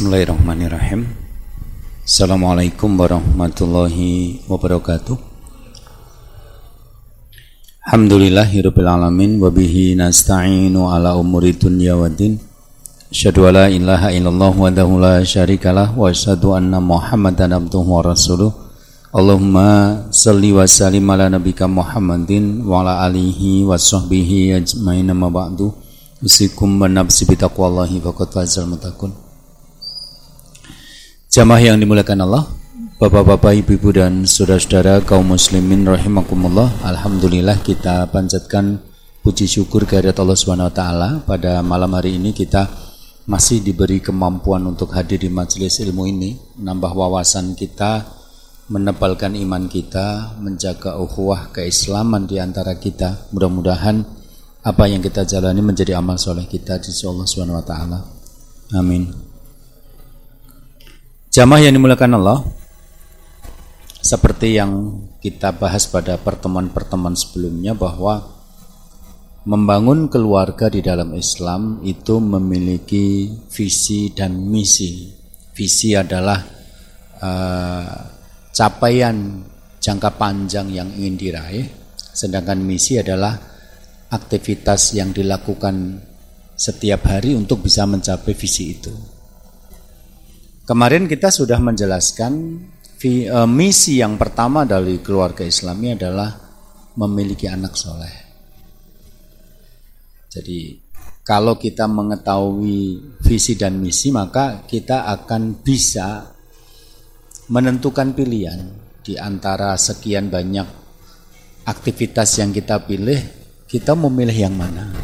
Bismillahirrahmanirrahim. Assalamualaikum warahmatullahi wabarakatuh. Alhamdulillahirabbil alamin wa bihi nasta'inu ala umuri dunya waddin. Asyhadu an la ilaha illallah wahdahu la syarikalah wa asyhadu anna Muhammadan abduhu wa rasuluh. Allahumma shalli wa sallim ala nabiyyika Muhammadin wa ala alihi wa sahbihi ajmain amma ba'du. Usikum wa nafsi bi taqwallahi faqad fazal muttaqun. Jamaah yang dimuliakan Allah, Bapak-bapak, Ibu-ibu dan saudara-saudara kaum muslimin rahimakumullah. Alhamdulillah kita panjatkan puji syukur kehadirat Allah Subhanahu wa taala. Pada malam hari ini kita masih diberi kemampuan untuk hadir di majelis ilmu ini, menambah wawasan kita, menebalkan iman kita, menjaga ukhuwah keislaman di antara kita. Mudah-mudahan apa yang kita jalani menjadi amal soleh kita di sisi Allah Subhanahu wa taala. Amin. Jamaah yang dimuliakan Allah, seperti yang kita bahas pada pertemuan-pertemuan sebelumnya bahwa membangun keluarga di dalam Islam itu memiliki visi dan misi. Visi adalah capaian jangka panjang yang ingin diraih, sedangkan misi adalah aktivitas yang dilakukan setiap hari untuk bisa mencapai visi itu. Kemarin kita sudah menjelaskan misi yang pertama dari keluarga Islami adalah memiliki anak soleh. Jadi kalau kita mengetahui visi dan misi, maka kita akan bisa menentukan pilihan di antara sekian banyak aktivitas yang kita pilih, kita memilih yang mana.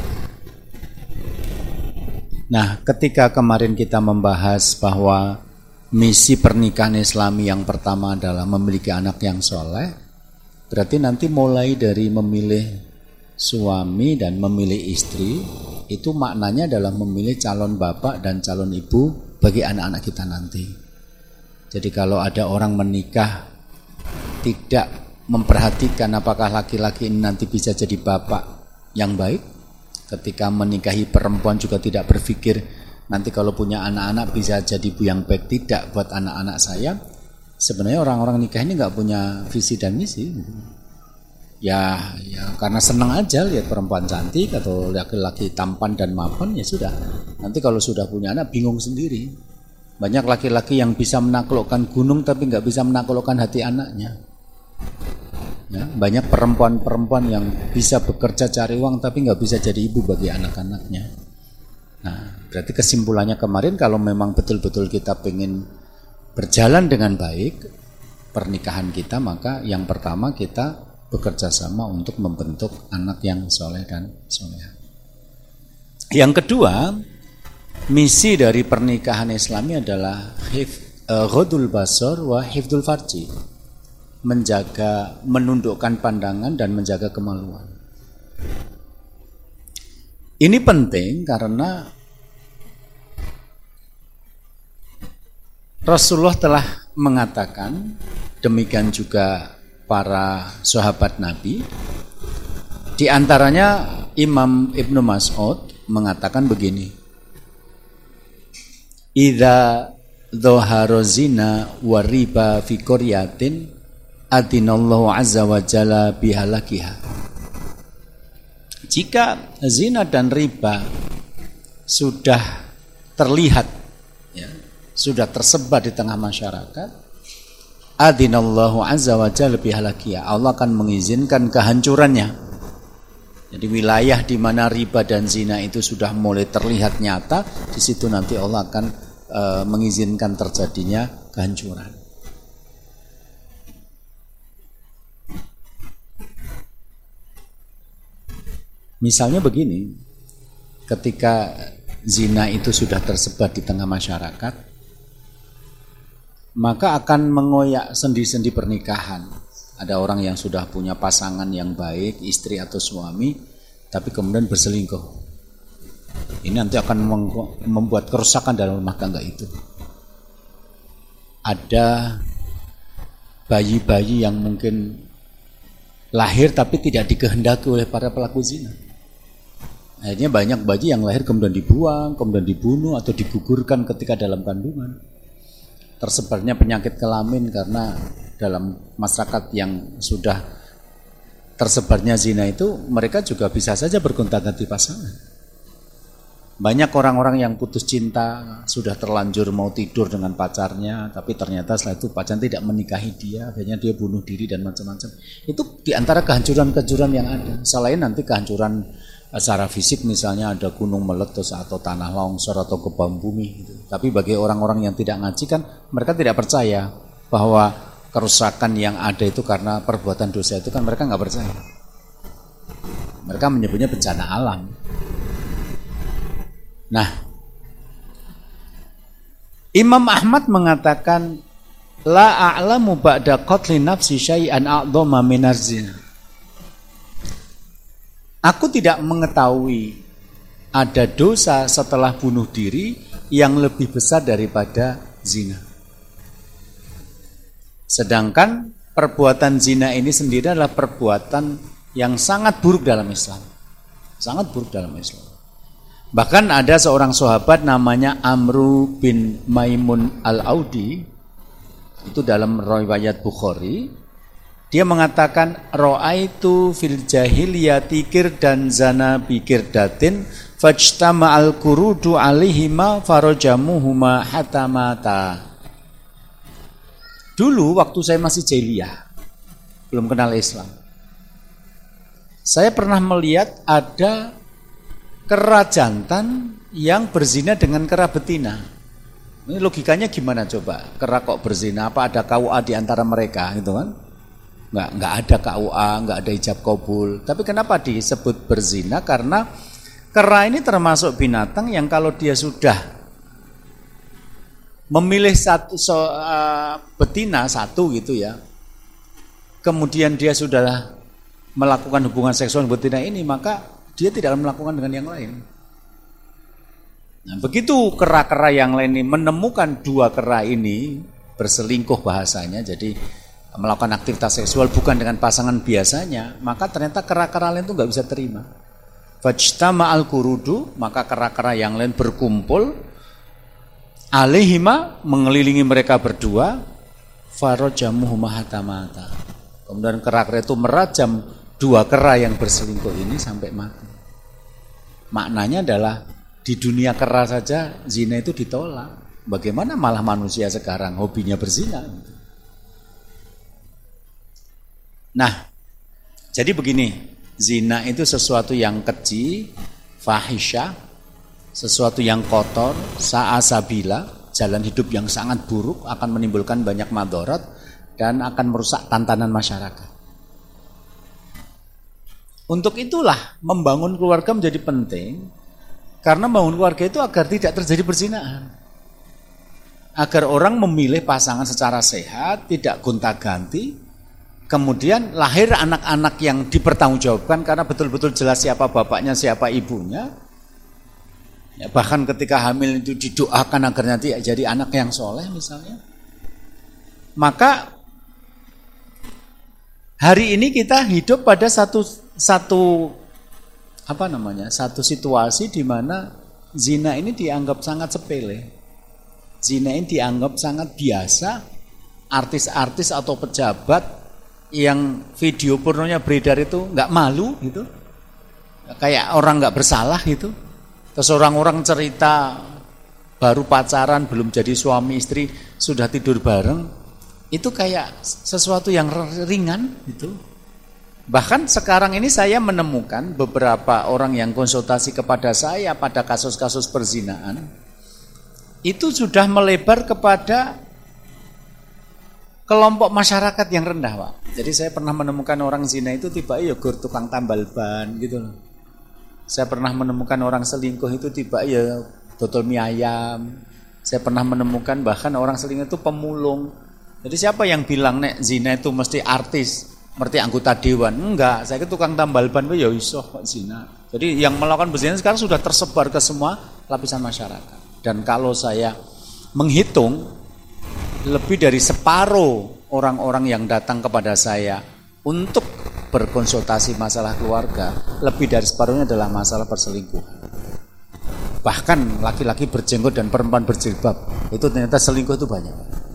Nah, ketika kemarin kita membahas bahwa misi pernikahan Islami yang pertama adalah memiliki anak yang soleh, berarti nanti mulai dari memilih suami dan memilih istri, itu maknanya adalah memilih calon bapak dan calon ibu bagi anak-anak kita nanti. Jadi kalau ada orang menikah tidak memperhatikan apakah laki-laki ini nanti bisa jadi bapak yang baik, ketika menikahi perempuan juga tidak berpikir nanti kalau punya anak-anak bisa jadi ibu yang baik tidak buat anak-anak saya. Sebenarnya orang-orang nikah ini nggak punya visi dan misi. Ya karena senang aja lihat perempuan cantik atau laki-laki tampan dan mapan, ya sudah. Nanti kalau sudah punya anak bingung sendiri. Banyak laki-laki yang bisa menaklukkan gunung tapi nggak bisa menaklukkan hati anaknya. Ya, banyak perempuan-perempuan yang bisa bekerja cari uang tapi nggak bisa jadi ibu bagi anak-anaknya. Nah, berarti kesimpulannya kemarin kalau memang betul-betul kita pengen berjalan dengan baik pernikahan kita, maka yang pertama kita bekerja sama untuk membentuk anak yang soleh dan solehah. Yang kedua, misi dari pernikahan Islami adalah ghadul basar wa hifdzul farji, menjaga, menundukkan pandangan dan menjaga kemaluan. Ini penting karena Rasulullah telah mengatakan, demikian juga para sahabat Nabi. Di antaranya Imam Ibnu Mas'ud mengatakan begini, idza dhahara zina wa riba fi qaryatin adinallahu azza wa jalla bihalakiha. Jika zina dan riba sudah terlihat, ya, sudah tersebar di tengah masyarakat, adinallahu azza wa jalla bihalakiha, Allah akan mengizinkan kehancurannya. Jadi wilayah di mana riba dan zina itu sudah mulai terlihat nyata, di situ nanti Allah akan mengizinkan terjadinya kehancuran. Misalnya begini, ketika zina itu sudah tersebar di tengah masyarakat, maka akan mengoyak sendi-sendi pernikahan. Ada orang yang sudah punya pasangan yang baik, istri atau suami, tapi kemudian berselingkuh. Ini nanti akan membuat kerusakan dalam rumah tangga itu. Ada bayi-bayi yang mungkin lahir tapi tidak dikehendaki oleh para pelaku zina. Akhirnya banyak bayi yang lahir kemudian dibuang, kemudian dibunuh atau digugurkan ketika dalam kandungan. Tersebarnya penyakit kelamin karena dalam masyarakat yang sudah tersebarnya zina itu, mereka juga bisa saja bergonta-ganti pasangan. Banyak orang-orang yang putus cinta, sudah terlanjur mau tidur dengan pacarnya, tapi ternyata setelah itu pacar tidak menikahi dia, akhirnya dia bunuh diri dan macam-macam. Itu diantara kehancuran-kehancuran yang ada. Selain nanti kehancuran secara fisik, misalnya ada gunung meletus atau tanah longsor atau gebam bumi gitu. Tapi bagi orang-orang yang tidak ngaji kan mereka tidak percaya bahwa kerusakan yang ada itu karena perbuatan dosa itu, kan mereka nggak percaya. Mereka menyebutnya bencana alam. Nah, Imam Ahmad mengatakan la a'lamu ba'da qatli nafsi syai'an a'dhama minar zina. Aku tidak mengetahui ada dosa setelah bunuh diri yang lebih besar daripada zina. Sedangkan perbuatan zina ini sendiri adalah perbuatan yang sangat buruk dalam Islam. Sangat buruk dalam Islam. Bahkan ada seorang sahabat namanya Amru bin Maimun al-Audi, itu dalam riwayat Bukhari, dia mengatakan ra'aitu fil jahiliyati kirdan zana bi kirdatin fajtama al-qurudu alaihima farajamuhuma hatta mata. Dulu waktu saya masih jahiliyah, belum kenal Islam, saya pernah melihat ada kera jantan yang berzina dengan kera betina. Ini logikanya gimana coba? Kera kok berzina? Apa ada KUA di antara mereka gitu kan? Enggak ada KUA, enggak ada ijab kabul. Tapi kenapa disebut berzina? Karena kera ini termasuk binatang yang kalau dia sudah memilih betina satu gitu ya, kemudian dia sudah melakukan hubungan seksual dengan betina ini, maka dia tidak akan melakukan dengan yang lain. Nah, begitu kera-kera yang lain ini menemukan dua kera ini berselingkuh bahasanya, jadi melakukan aktivitas seksual bukan dengan pasangan biasanya, maka ternyata kera-kera lain itu nggak bisa terima. Fajtama al-qurudu, maka kera-kera yang lain berkumpul, alaihima, mengelilingi mereka berdua, farajamuhuma hatta mata. Kemudian kera-kera itu merajam dua kera yang berselingkuh ini sampai mati. Maknanya adalah di dunia kera saja zina itu ditolak. Bagaimana malah manusia sekarang hobinya berzina? Nah, jadi begini, zina itu sesuatu yang keji, fahisyah, sesuatu yang kotor, sa'asabila, jalan hidup yang sangat buruk, akan menimbulkan banyak madharat dan akan merusak tantanan masyarakat. Untuk itulah membangun keluarga menjadi penting, karena membangun keluarga itu agar tidak terjadi perzinahan. Agar orang memilih pasangan secara sehat, tidak gonta-ganti, kemudian lahir anak-anak yang dipertanggungjawabkan karena betul-betul jelas siapa bapaknya, siapa ibunya. Ya, bahkan ketika hamil itu didoakan agar nanti jadi anak yang soleh misalnya. Maka hari ini kita hidup pada satu situasi di mana zina ini dianggap sangat sepele. Zina ini dianggap sangat biasa. Artis-artis atau pejabat yang video pornonya beredar itu nggak malu gitu, kayak orang nggak bersalah gitu. Terus orang-orang cerita baru pacaran, belum jadi suami istri, sudah tidur bareng, itu kayak sesuatu yang ringan gitu. Bahkan sekarang ini saya menemukan beberapa orang yang konsultasi kepada saya pada kasus-kasus perzinaan, itu sudah melebar kepada kelompok masyarakat yang rendah, Pak. Jadi saya pernah menemukan orang zina itu tiba-tiba ya tukang tambal ban gitu loh. Saya pernah menemukan orang selingkuh itu tiba-tiba ya dodol mie ayam. Saya pernah menemukan bahkan orang selingkuh itu pemulung. Jadi siapa yang bilang nek zina itu mesti artis, mesti anggota dewan? Enggak, saya itu tukang tambal ban ya iso kok zina. Jadi yang melakukan berzina sekarang sudah tersebar ke semua lapisan masyarakat. Dan kalau saya menghitung, lebih dari separuh orang-orang yang datang kepada saya untuk berkonsultasi masalah keluarga, lebih dari separuhnya adalah masalah perselingkuhan. Bahkan laki-laki berjenggot dan perempuan berjilbab, itu ternyata selingkuh itu banyak.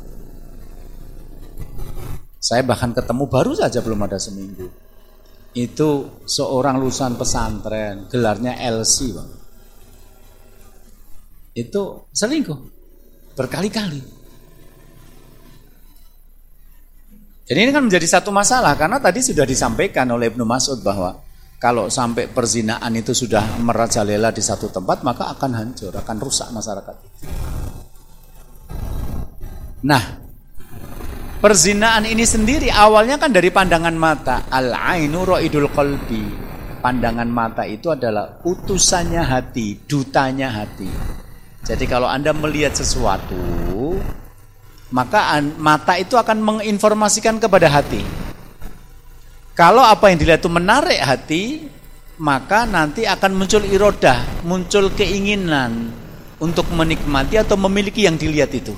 Saya bahkan ketemu baru saja belum ada seminggu. Itu seorang lulusan pesantren, gelarnya LC, Bang. Itu selingkuh berkali-kali. Jadi ini kan menjadi satu masalah karena tadi sudah disampaikan oleh Ibnu Mas'ud bahwa kalau sampai perzinaan itu sudah merajalela di satu tempat maka akan hancur, akan rusak masyarakat. Nah, perzinaan ini sendiri awalnya kan dari pandangan mata. Al-ainu ra'idul qalbi. Pandangan mata itu adalah utusannya hati, dutanya hati. Jadi kalau Anda melihat sesuatu, maka mata itu akan menginformasikan kepada hati. Kalau apa yang dilihat itu menarik hati, maka nanti akan muncul irodah, muncul keinginan untuk menikmati atau memiliki yang dilihat itu.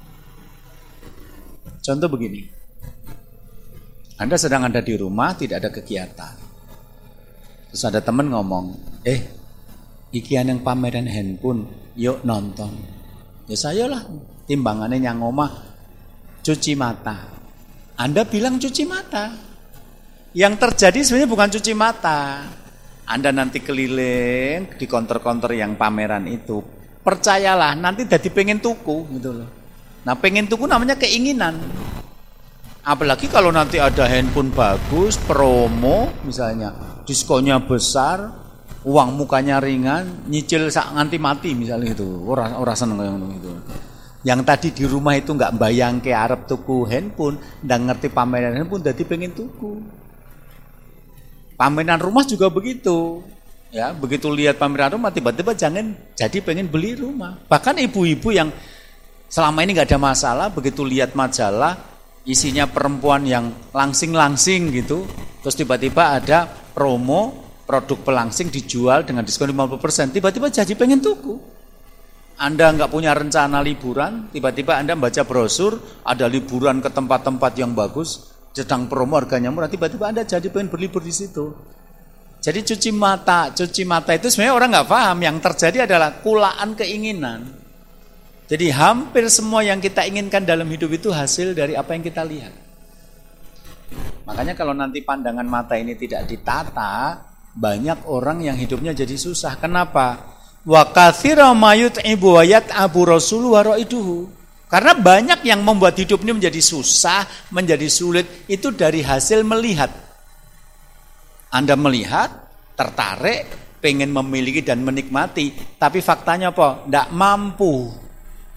Contoh begini, Anda sedang ada di rumah, tidak ada kegiatan. Terus ada teman ngomong, iki yang pameran handphone, yuk nonton. Ya saya lah, timbangannya yang ngomah, cuci mata. Anda bilang cuci mata. Yang terjadi sebenarnya bukan cuci mata. Anda nanti keliling di konter-konter yang pameran itu. Percayalah, nanti jadi pengen tuku gitu loh. Nah pengen tuku namanya keinginan. Apalagi kalau nanti ada handphone bagus, promo misalnya, diskonnya besar, uang mukanya ringan, nyicil sak nganti mati misalnya itu. Ora seneng kayak gitu. Yang tadi di rumah itu nggak bayang ke arep tuku handphone, nggak ngerti pameran handphone, jadi pengen tuku. Pameran rumah juga begitu. Ya, begitu lihat pameran rumah tiba-tiba jadi pengen beli rumah. Bahkan ibu-ibu yang selama ini nggak ada masalah, begitu lihat majalah isinya perempuan yang langsing-langsing gitu, terus tiba-tiba ada promo produk pelangsing dijual dengan diskon 50%, tiba-tiba jadi pengen tuku. Anda nggak punya rencana liburan, tiba-tiba Anda baca brosur ada liburan ke tempat-tempat yang bagus, sedang promo harganya murah, tiba-tiba Anda jadi pengen berlibur di situ. Jadi cuci mata itu sebenarnya orang nggak paham, yang terjadi adalah kulaan keinginan. Jadi hampir semua yang kita inginkan dalam hidup itu hasil dari apa yang kita lihat. Makanya kalau nanti pandangan mata ini tidak ditata, banyak orang yang hidupnya jadi susah. Kenapa? Wa katsira ma yut'ibu wa yat'abu rasulu wa ra'iduhu. Karena banyak yang membuat hidup ini menjadi susah, menjadi sulit, itu dari hasil melihat. Anda melihat, tertarik, pengen memiliki dan menikmati, tapi faktanya apa? Tidak mampu.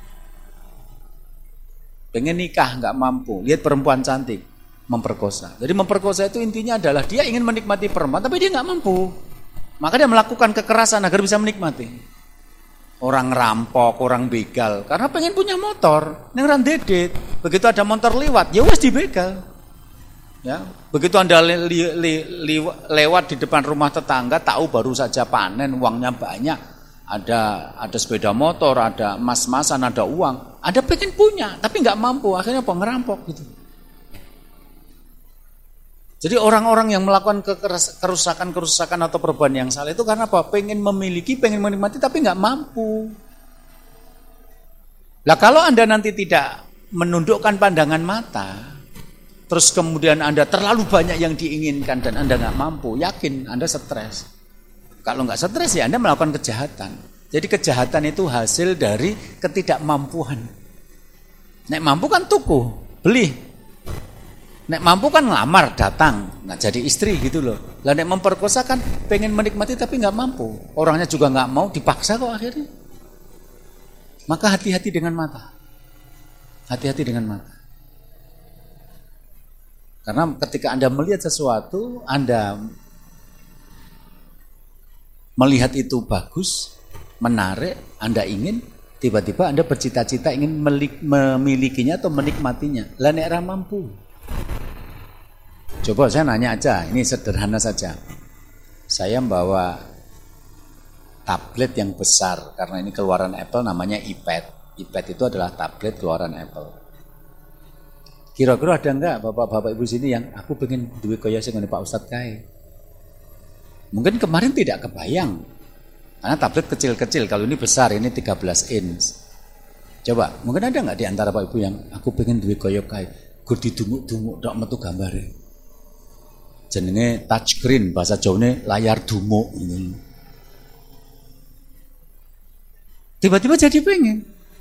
Pengen nikah nggak mampu, lihat perempuan cantik, memperkosa. Jadi memperkosa itu intinya adalah dia ingin menikmati perempuan, tapi dia nggak mampu. Maka dia melakukan kekerasan agar bisa menikmati. Orang rampok, orang begal, karena pengen punya motor, neng dedet. Begitu ada motor lewat, ya wes dibegal. Ya, begitu Anda lewat di depan rumah tetangga, tahu baru saja panen, uangnya banyak. Ada sepeda motor, ada emas-emasan, ada uang. Anda pengen punya, tapi nggak mampu. Akhirnya apa? Ngerampok gitu. Jadi orang-orang yang melakukan kerusakan atau perubahan yang salah itu karena apa? Pengen memiliki, pengen menikmati, tapi nggak mampu. Lah kalau Anda nanti tidak menundukkan pandangan mata, terus kemudian Anda terlalu banyak yang diinginkan dan Anda nggak mampu, yakin Anda stres. Kalau nggak stres ya Anda melakukan kejahatan. Jadi kejahatan itu hasil dari ketidakmampuan. Nek mampu kan tuku, beli. Nek mampu kan ngelamar, datang, nggak jadi istri gitu loh. Lah nek memperkosa kan pengen menikmati tapi nggak mampu. Orangnya juga nggak mau, dipaksa kok akhirnya. Maka hati-hati dengan mata. Hati-hati dengan mata. Karena ketika Anda melihat sesuatu, Anda melihat itu bagus, menarik, Anda ingin, tiba-tiba Anda bercita-cita ingin memilikinya atau menikmatinya. Lah nek ra mampu. Coba saya nanya aja, ini sederhana saja. Saya membawa tablet yang besar, karena ini keluaran Apple namanya iPad. iPad itu adalah tablet keluaran Apple. Kira-kira ada enggak bapak-bapak ibu sini yang aku pengen duwe kaya sing ngene Pak Ustadz kae? Mungkin kemarin tidak kebayang. Karena tablet kecil-kecil, kalau ini besar, ini 13 inch. Coba, mungkin ada enggak di antara Bapak Ibu yang aku pengen duwe kaya kae? Gur didumuk-dumuk tok metu gambare. Jenenge touchscreen, bahasa Jawane layar dumuk ini. Tiba-tiba jadi pengen.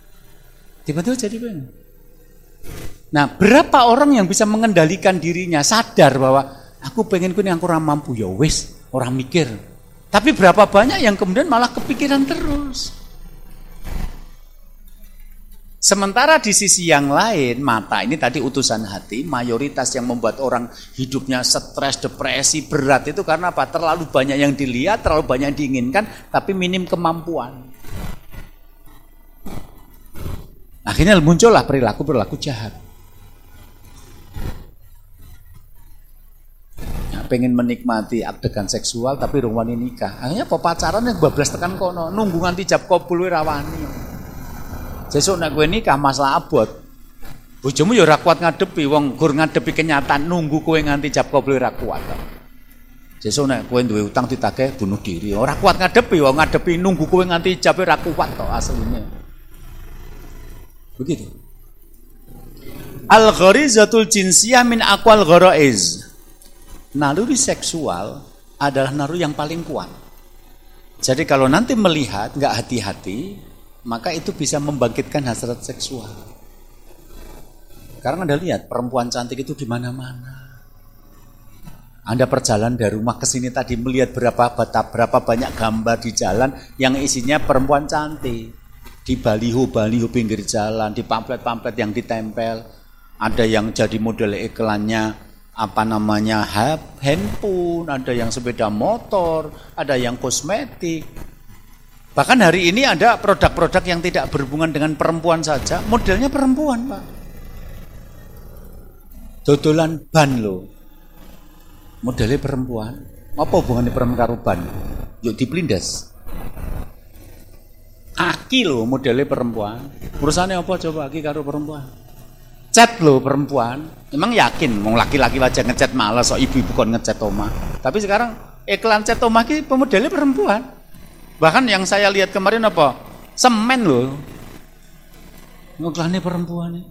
Nah, berapa orang yang bisa mengendalikan dirinya, sadar bahwa aku pengen ku yang kurang mampu, ya wis, orang mikir. Tapi berapa banyak yang kemudian malah kepikiran terus. Sementara di sisi yang lain, mata ini tadi utusan hati, mayoritas yang membuat orang hidupnya stres, depresi, berat itu karena apa? Terlalu banyak yang dilihat, terlalu banyak yang diinginkan, tapi minim kemampuan. Akhirnya muncullah perilaku jahat. Pengen menikmati adegan seksual tapi rong wani nikah. Akhirnya pacaran yang bablas tekan kono, nunggu nganti jab kobul ora wani. Sesuk nek kowe nikah masalah abot. Bojomu ya ora kuat ngadepi, wong gur ngadepi kenyataan nunggu kowe nganti jab kobul ora kuat. Sesuk nek kowe duwe utang ditagih bunuh diri, ora kuat ngadepi, wong ngadepi nunggu kowe nganti jab ora kuat to asline. Begitu. Al-gharizatul jinsiyah min aqwal gharaiz. Naluri seksual adalah naluri yang paling kuat. Jadi kalau nanti melihat nggak hati-hati, maka itu bisa membangkitkan hasrat seksual. Karena Anda lihat perempuan cantik itu di mana-mana. Anda perjalanan dari rumah ke sini tadi melihat berapa banyak gambar di jalan yang isinya perempuan cantik. Di baliho pinggir jalan, di pamflet-pamflet yang ditempel, ada yang jadi model iklannya handphone, ada yang sepeda motor, ada yang kosmetik. Bahkan hari ini ada produk-produk yang tidak berhubungan dengan perempuan saja, modelnya perempuan, Pak. Dodolan ban loh, modelnya perempuan. Apa hubungannya perempuan karo ban? Yuk diplindas. Aki loh modelnya perempuan. Urusannya apa coba aki karo perempuan? Cat loh perempuan. Emang yakin mau laki-laki aja ngecat malas, so ibu-ibu kon ngecat omah. Tapi sekarang iklan cat omah ki pemodelnya perempuan. Bahkan yang saya lihat kemarin apa? Semen loh. Iklannya perempuan nih.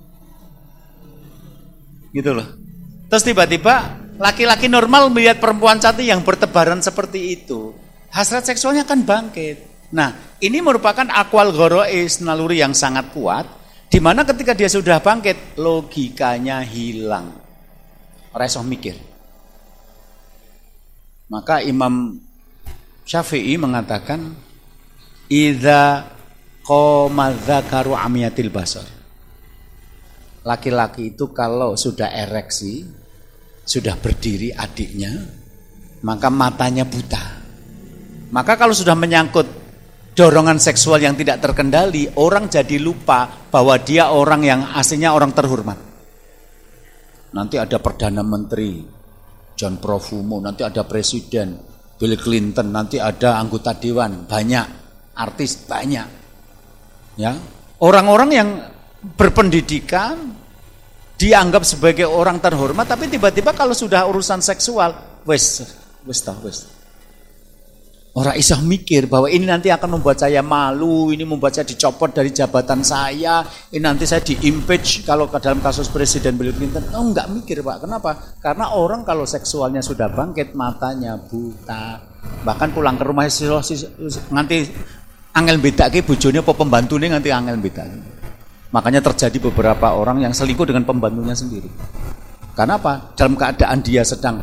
Gitu loh. Terus tiba-tiba laki-laki normal melihat perempuan cantik yang bertebaran seperti itu. Hasrat seksualnya akan bangkit. Nah, ini merupakan aqwal ghara'iz, naluri yang sangat kuat, di mana ketika dia sudah bangkit, logikanya hilang. Ora iso mikir. Maka Imam Syafi'i mengatakan, idza qama dzakaru amiyatil basar. Laki-laki itu kalau sudah ereksi, sudah berdiri adiknya, maka matanya buta. Maka kalau sudah menyangkut dorongan seksual yang tidak terkendali, orang jadi lupa bahwa dia orang yang aslinya orang terhormat. Nanti ada Perdana Menteri John Profumo, nanti ada Presiden Bill Clinton, nanti ada anggota dewan, banyak artis, banyak. Ya, orang-orang yang berpendidikan dianggap sebagai orang terhormat, tapi tiba-tiba kalau sudah urusan seksual, wes. Orang iso mikir bahwa ini nanti akan membuat saya malu, ini membuat saya dicopot dari jabatan saya, ini nanti saya di-impeach kalau ke dalam kasus Presiden Bill Clinton. Oh, enggak mikir, Pak. Kenapa? Karena orang kalau seksualnya sudah bangkit, matanya buta. Bahkan pulang ke rumah nanti angel bedake bojone apa pembantune nganti angel bedake. Makanya terjadi beberapa orang yang selingkuh dengan pembantunya sendiri. Karena apa? Dalam keadaan dia sedang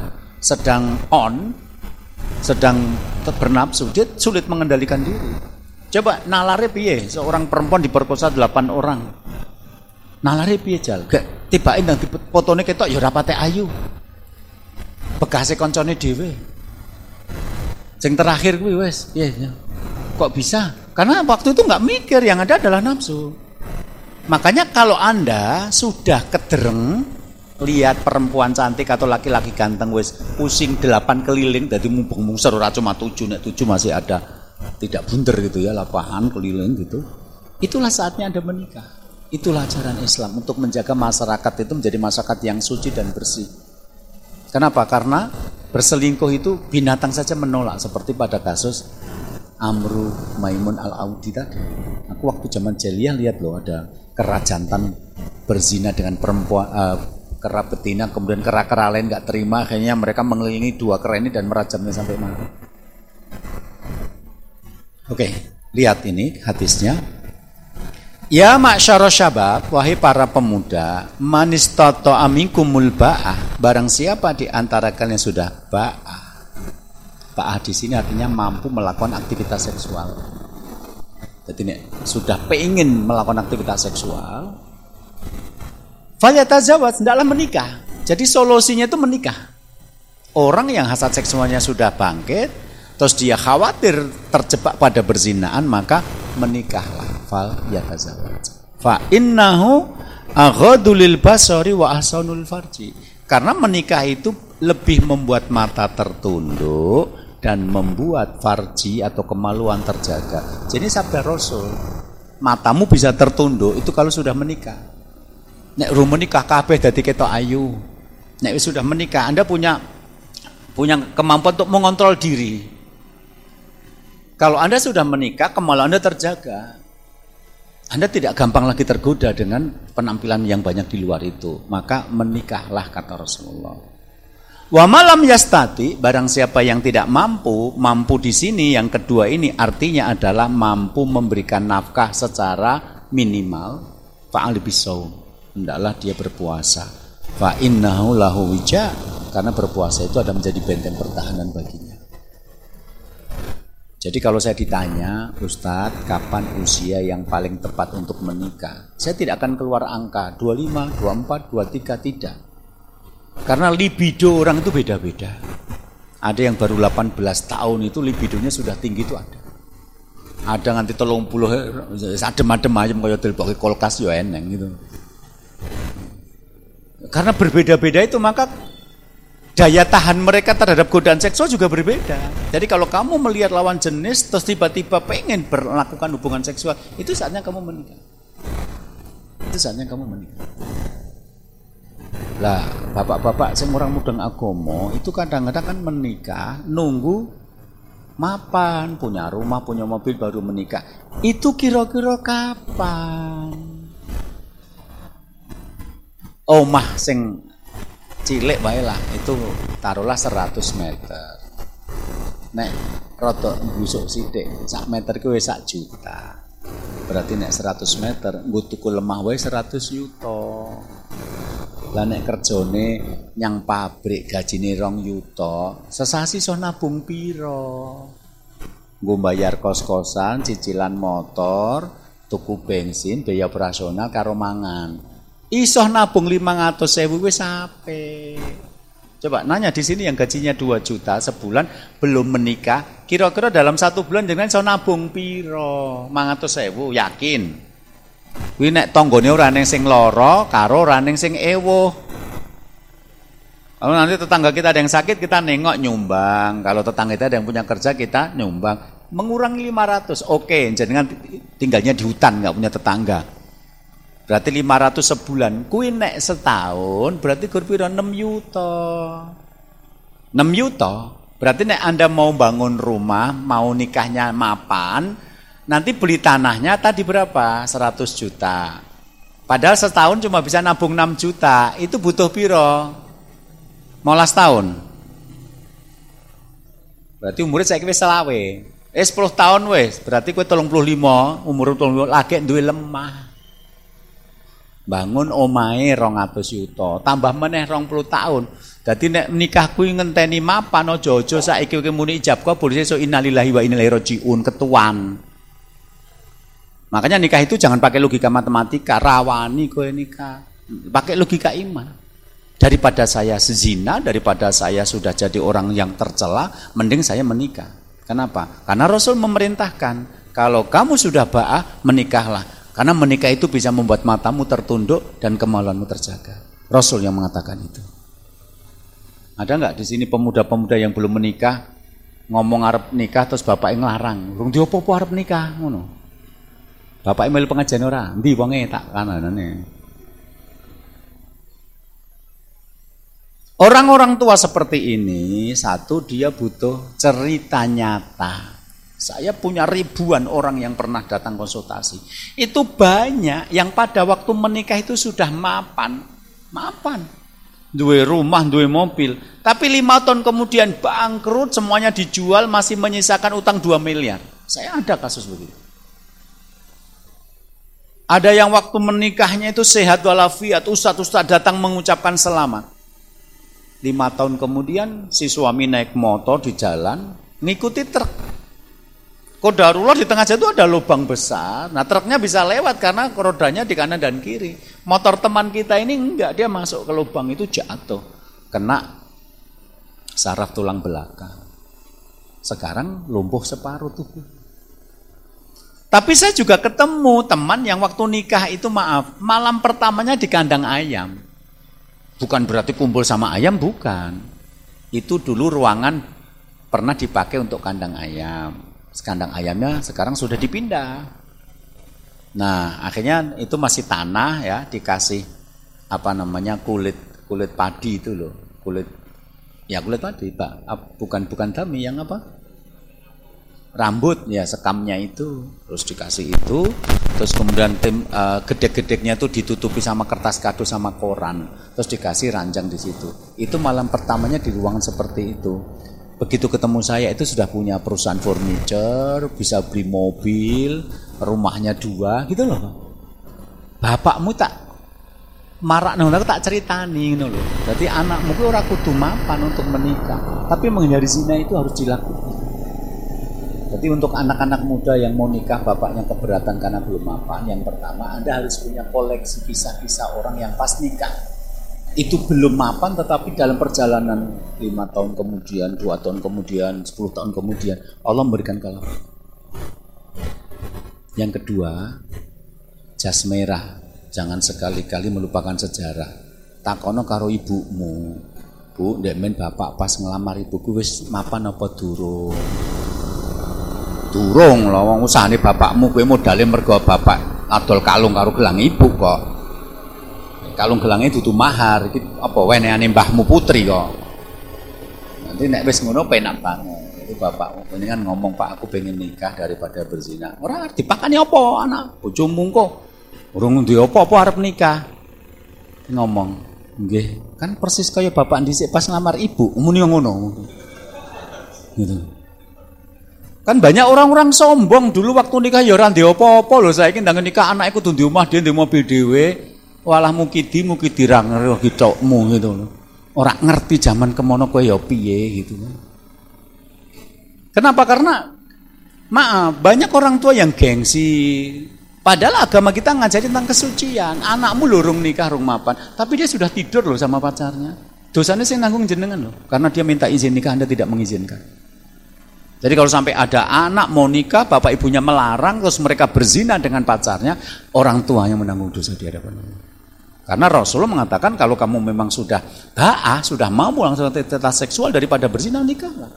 bernafsu, dia sulit mengendalikan diri. Coba nalare piye seorang perempuan diperkosa 8 orang. Nalare piye jal? Gak tibake ndang dipotone ketok ya ora pate ayu. Bekase koncone dhewe. Sing terakhir kuwi wis, ya. Kok bisa? Karena waktu itu enggak mikir, yang ada adalah nafsu. Makanya kalau Anda sudah kedereng lihat perempuan cantik atau laki-laki ganteng wis pusing 8 keliling dadi mumpung mungser ora cuma 7, nek 7 masih ada tidak bunder gitu ya, lapangan keliling gitu. Itulah saatnya Anda menikah. Itulah ajaran Islam untuk menjaga masyarakat itu menjadi masyarakat yang suci dan bersih. Kenapa? Karena berselingkuh itu binatang saja menolak, seperti pada kasus Amru Maimun Al-Audi tadi. Aku waktu zaman jahiliyah lihat loh, ada kera jantan berzina dengan perempuan, kera betina, kemudian kera-kera lain nggak terima, akhirnya mereka mengelilingi dua kera ini dan merajamnya sampai mati. Oke, lihat ini hadisnya. Ya ma'syara syabab, wahai para pemuda, manistata aminkumul ba'ah, barang siapa di antara kalian sudah ba'ah. Ba'ah di sini artinya mampu melakukan aktivitas seksual. Jadi ini sudah pengen melakukan aktivitas seksual, falyatazawwaj, hendaklah menikah. Jadi solusinya itu menikah. Orang yang hasad seksualnya sudah bangkit, terus dia khawatir terjebak pada berzinaan, maka menikahlah. Falyatazawwaj. Fa innahu aghaddu lil basari wa ahsanul farji. Karena menikah itu lebih membuat mata tertunduk dan membuat farji atau kemaluan terjaga. Jadi sabda Rasul, matamu bisa tertunduk itu kalau sudah menikah. Nek ru menikah kabeh dadi ketok ayu. Nek wis sudah menikah, Anda punya kemampuan untuk mengontrol diri. Kalau Anda sudah menikah, kemaluan Anda terjaga. Anda tidak gampang lagi tergoda dengan penampilan yang banyak di luar itu. Maka menikahlah, kata Rasulullah. Wa malam yastati, barang siapa yang tidak mampu di sini yang kedua ini artinya adalah mampu memberikan nafkah secara minimal, fa'al bisawm, hendaklah dia berpuasa. Fa innahu lahu wija, karena berpuasa itu ada menjadi benteng pertahanan baginya. Jadi kalau saya ditanya, Ustadz, kapan usia yang paling tepat untuk menikah? Saya tidak akan keluar angka 25, 24, 23, tidak. Karena libido orang itu beda-beda. Ada yang baru 18 tahun itu libidonya sudah tinggi, itu ada. Ada nganti 30, adem-adem ayam kaya dilebokke kulkas yo eneng gitu. Karena berbeda-beda itu, maka daya tahan mereka terhadap godaan seksual juga berbeda. Jadi kalau kamu melihat lawan jenis terus tiba-tiba pengen melakukan hubungan seksual, itu saatnya kamu menikah. Itu saatnya kamu menikah. Lah, bapak-bapak sing orang mudeng agama itu kadang-kadang kan menikah nunggu mapan, punya rumah, punya mobil baru menikah. Itu kira-kira kapan? Omah sing cilik wae lah, itu taruhlah 100 meter. Nek rada busuk sithik, sak meter kuwi sak juta. Berarti nek 100 meter nggo tuku lemah wae 100 yuta. Lah nek kerjane nyang pabrik gajine 2 yuta, sesasi iso nabung pira? Nggo bayar kos-kosan, cicilan motor, tuku bensin, biaya operasional karo mangan. Iso nabung 500.000 wis ape. Coba nanya di sini yang gajinya 2 juta sebulan belum menikah, kira-kira dalam 1 bulan dengan iso nabung piro? 500.000 yakin. Kuwi nek tanggane ora ning sing lara karo ora ning sing ewo. Kalau nanti tetangga kita ada yang sakit kita nengok nyumbang, kalau tetangga kita ada yang punya kerja kita nyumbang, mengurangi 500. Oke, jenengan tinggalnya di hutan enggak punya tetangga. Berarti 500 sebulan. Kuwi nek setahun berarti gur pira 6 yuta. 6 yuta. Berarti nek Anda mau bangun rumah, mau nikahnya mapan, nanti beli tanahnya tadi berapa? 100 juta. Padahal setahun cuma bisa nabung 6 juta. Itu butuh piro? 15 tahun. Berarti umurnya saiki wis 20. 10 tahun wis. Berarti kowe 35, umur 35 lagi duwe lemah. Bangun omahe 200 yuta, tambah meneh 20 tahun. Dadi nek nikah kuwi ngenteni mapan aja-aja saiki kowe muni ijab kabul sesuk innalillahi wa inna ilaihi rajiun ketuan. Makanya nikah itu jangan pakai logika matematika, rawani kowe nikah. Pakai logika iman. Daripada saya zina, daripada saya sudah jadi orang yang tercela, mending saya menikah. Kenapa? Karena Rasul memerintahkan, kalau kamu sudah ba'ah, menikahlah. Karena menikah itu bisa membuat matamu tertunduk dan kemaluanmu terjaga. Rasul yang mengatakan itu. Ada enggak di sini pemuda-pemuda yang belum menikah ngomong arep nikah terus bapak yang ngelarang? Urung diopo-opo arep nikah ngono. Bapak melu pengajian ora? Ndi wonge tak kananane. Orang-orang tua seperti ini, satu dia butuh cerita nyata. Saya punya ribuan orang yang pernah datang konsultasi. Itu banyak yang pada waktu menikah itu sudah mapan. Duwe rumah, duwe mobil. Tapi 5 tahun kemudian bangkrut, semuanya dijual, masih menyisakan utang 2 miliar. Saya ada kasus begitu. Ada yang waktu menikahnya itu sehat walafiat, ustadz datang mengucapkan selamat. 5 tahun kemudian si suami naik motor di jalan, ngikuti truk. Qadarullah di tengah jalan itu ada lubang besar. Nah truknya bisa lewat karena rodanya di kanan dan kiri. Motor teman kita ini enggak, dia masuk ke lubang itu jatuh. Kena saraf tulang belakang. Sekarang lumpuh separuh tubuh. Tapi saya juga ketemu teman yang waktu nikah itu malam pertamanya di kandang ayam. Bukan berarti kumpul sama ayam, bukan. Itu dulu ruangan pernah dipakai untuk kandang ayam. Kandang ayamnya sekarang sudah dipindah. Nah, akhirnya itu masih tanah ya, dikasih kulit padi itu loh, kulit padi, Pak. Bukan dami yang apa? Rambut ya, sekamnya itu, terus dikasih itu, terus kemudian gedek-gedeknya itu ditutupi sama kertas kado sama koran, terus dikasih ranjang di situ. Itu malam pertamanya di ruangan seperti itu. Begitu ketemu saya itu sudah punya perusahaan furniture, bisa beli mobil, rumahnya 2 gitu loh. Bapakmu tak marak ngono tak ceritani ngono lho. Dadi anakmu ku ora kudu mapan untuk menikah, tapi menghindari zina itu harus dilakukan. Jadi untuk anak-anak muda yang mau nikah bapaknya keberatan karena belum mapan, yang pertama Anda harus punya koleksi kisah-kisah orang yang pas nikah itu belum mapan tetapi dalam perjalanan 5 tahun kemudian, 2 tahun kemudian, 10 tahun kemudian Allah memberikan kalah. Yang kedua, jas merah, jangan sekali-kali melupakan sejarah. Takono karo ibumu, Bu, ndek men bapak pas ngelamar ibuku wis mapan apa durung? Durung lho, wong usahane bapakmu kowe modale mergo bapak adol kalung karo gelang ibu kok. Kalung gelangnya dudu mahar, iki apa wenehane mbahmu putri kok. Nanti nek wis ngono penak banget. Itu bapakmu kan ngomong, Pak aku pengen nikah daripada berzina. Ora dipakani apa anak bojomu kok. Urung duwe apa-apa arep nikah. Ngomong, nggih, kan persis kaya bapak dhisik pas ngamar ibu, muni ngono. Gitu. Kan banyak orang-orang sombong dulu waktu nikah ya ora ndek apa-apa lho, saiki ndang nikah anake kudu ndek omah dhewe, ndek mobil dhewe. Walah mukidi ra ngerti cokmu gitu loh. Ora ngerti zaman kemono kowe ya piye gitu. Kenapa? Karena maaf, banyak orang tua yang gengsi. Padahal agama kita ngajarin tentang kesucian. Anakmu lurung nikah, rung mapan, tapi dia sudah tidur loh sama pacarnya. Dosanya sing nanggung jenengan loh, karena dia minta izin nikah, Anda tidak mengizinkan. Jadi kalau sampai ada anak mau nikah, bapak ibunya melarang, terus mereka berzina dengan pacarnya, orang tuanya menanggung dosa di hadapan Allah. Karena Rasulullah mengatakan kalau kamu memang sudah sudah mampu langsung aktivitas seksual daripada berzina, nikahlah.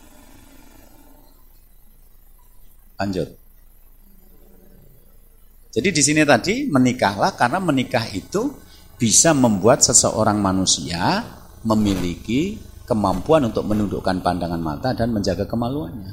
Lanjut. Jadi di sini tadi menikahlah karena menikah itu bisa membuat seseorang manusia memiliki kemampuan untuk menundukkan pandangan mata dan menjaga kemaluannya.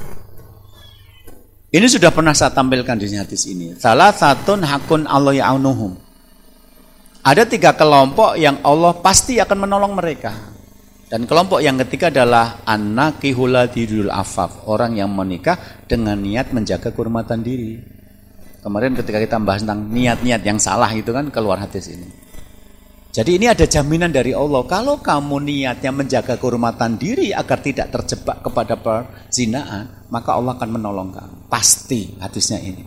Ini sudah pernah saya tampilkan di hadis ini. Salah satu hakun Allah ya'unuhum. Ada 3 kelompok yang Allah pasti akan menolong mereka. Dan kelompok yang ketiga adalah an-nakihul afaf, orang yang menikah dengan niat menjaga kehormatan diri. Kemarin ketika kita bahas tentang niat-niat yang salah itu kan keluar hadis ini. Jadi ini ada jaminan dari Allah. Kalau kamu niatnya menjaga kehormatan diri agar tidak terjebak kepada perzinaan, maka Allah akan menolong kamu. Pasti hadisnya ini.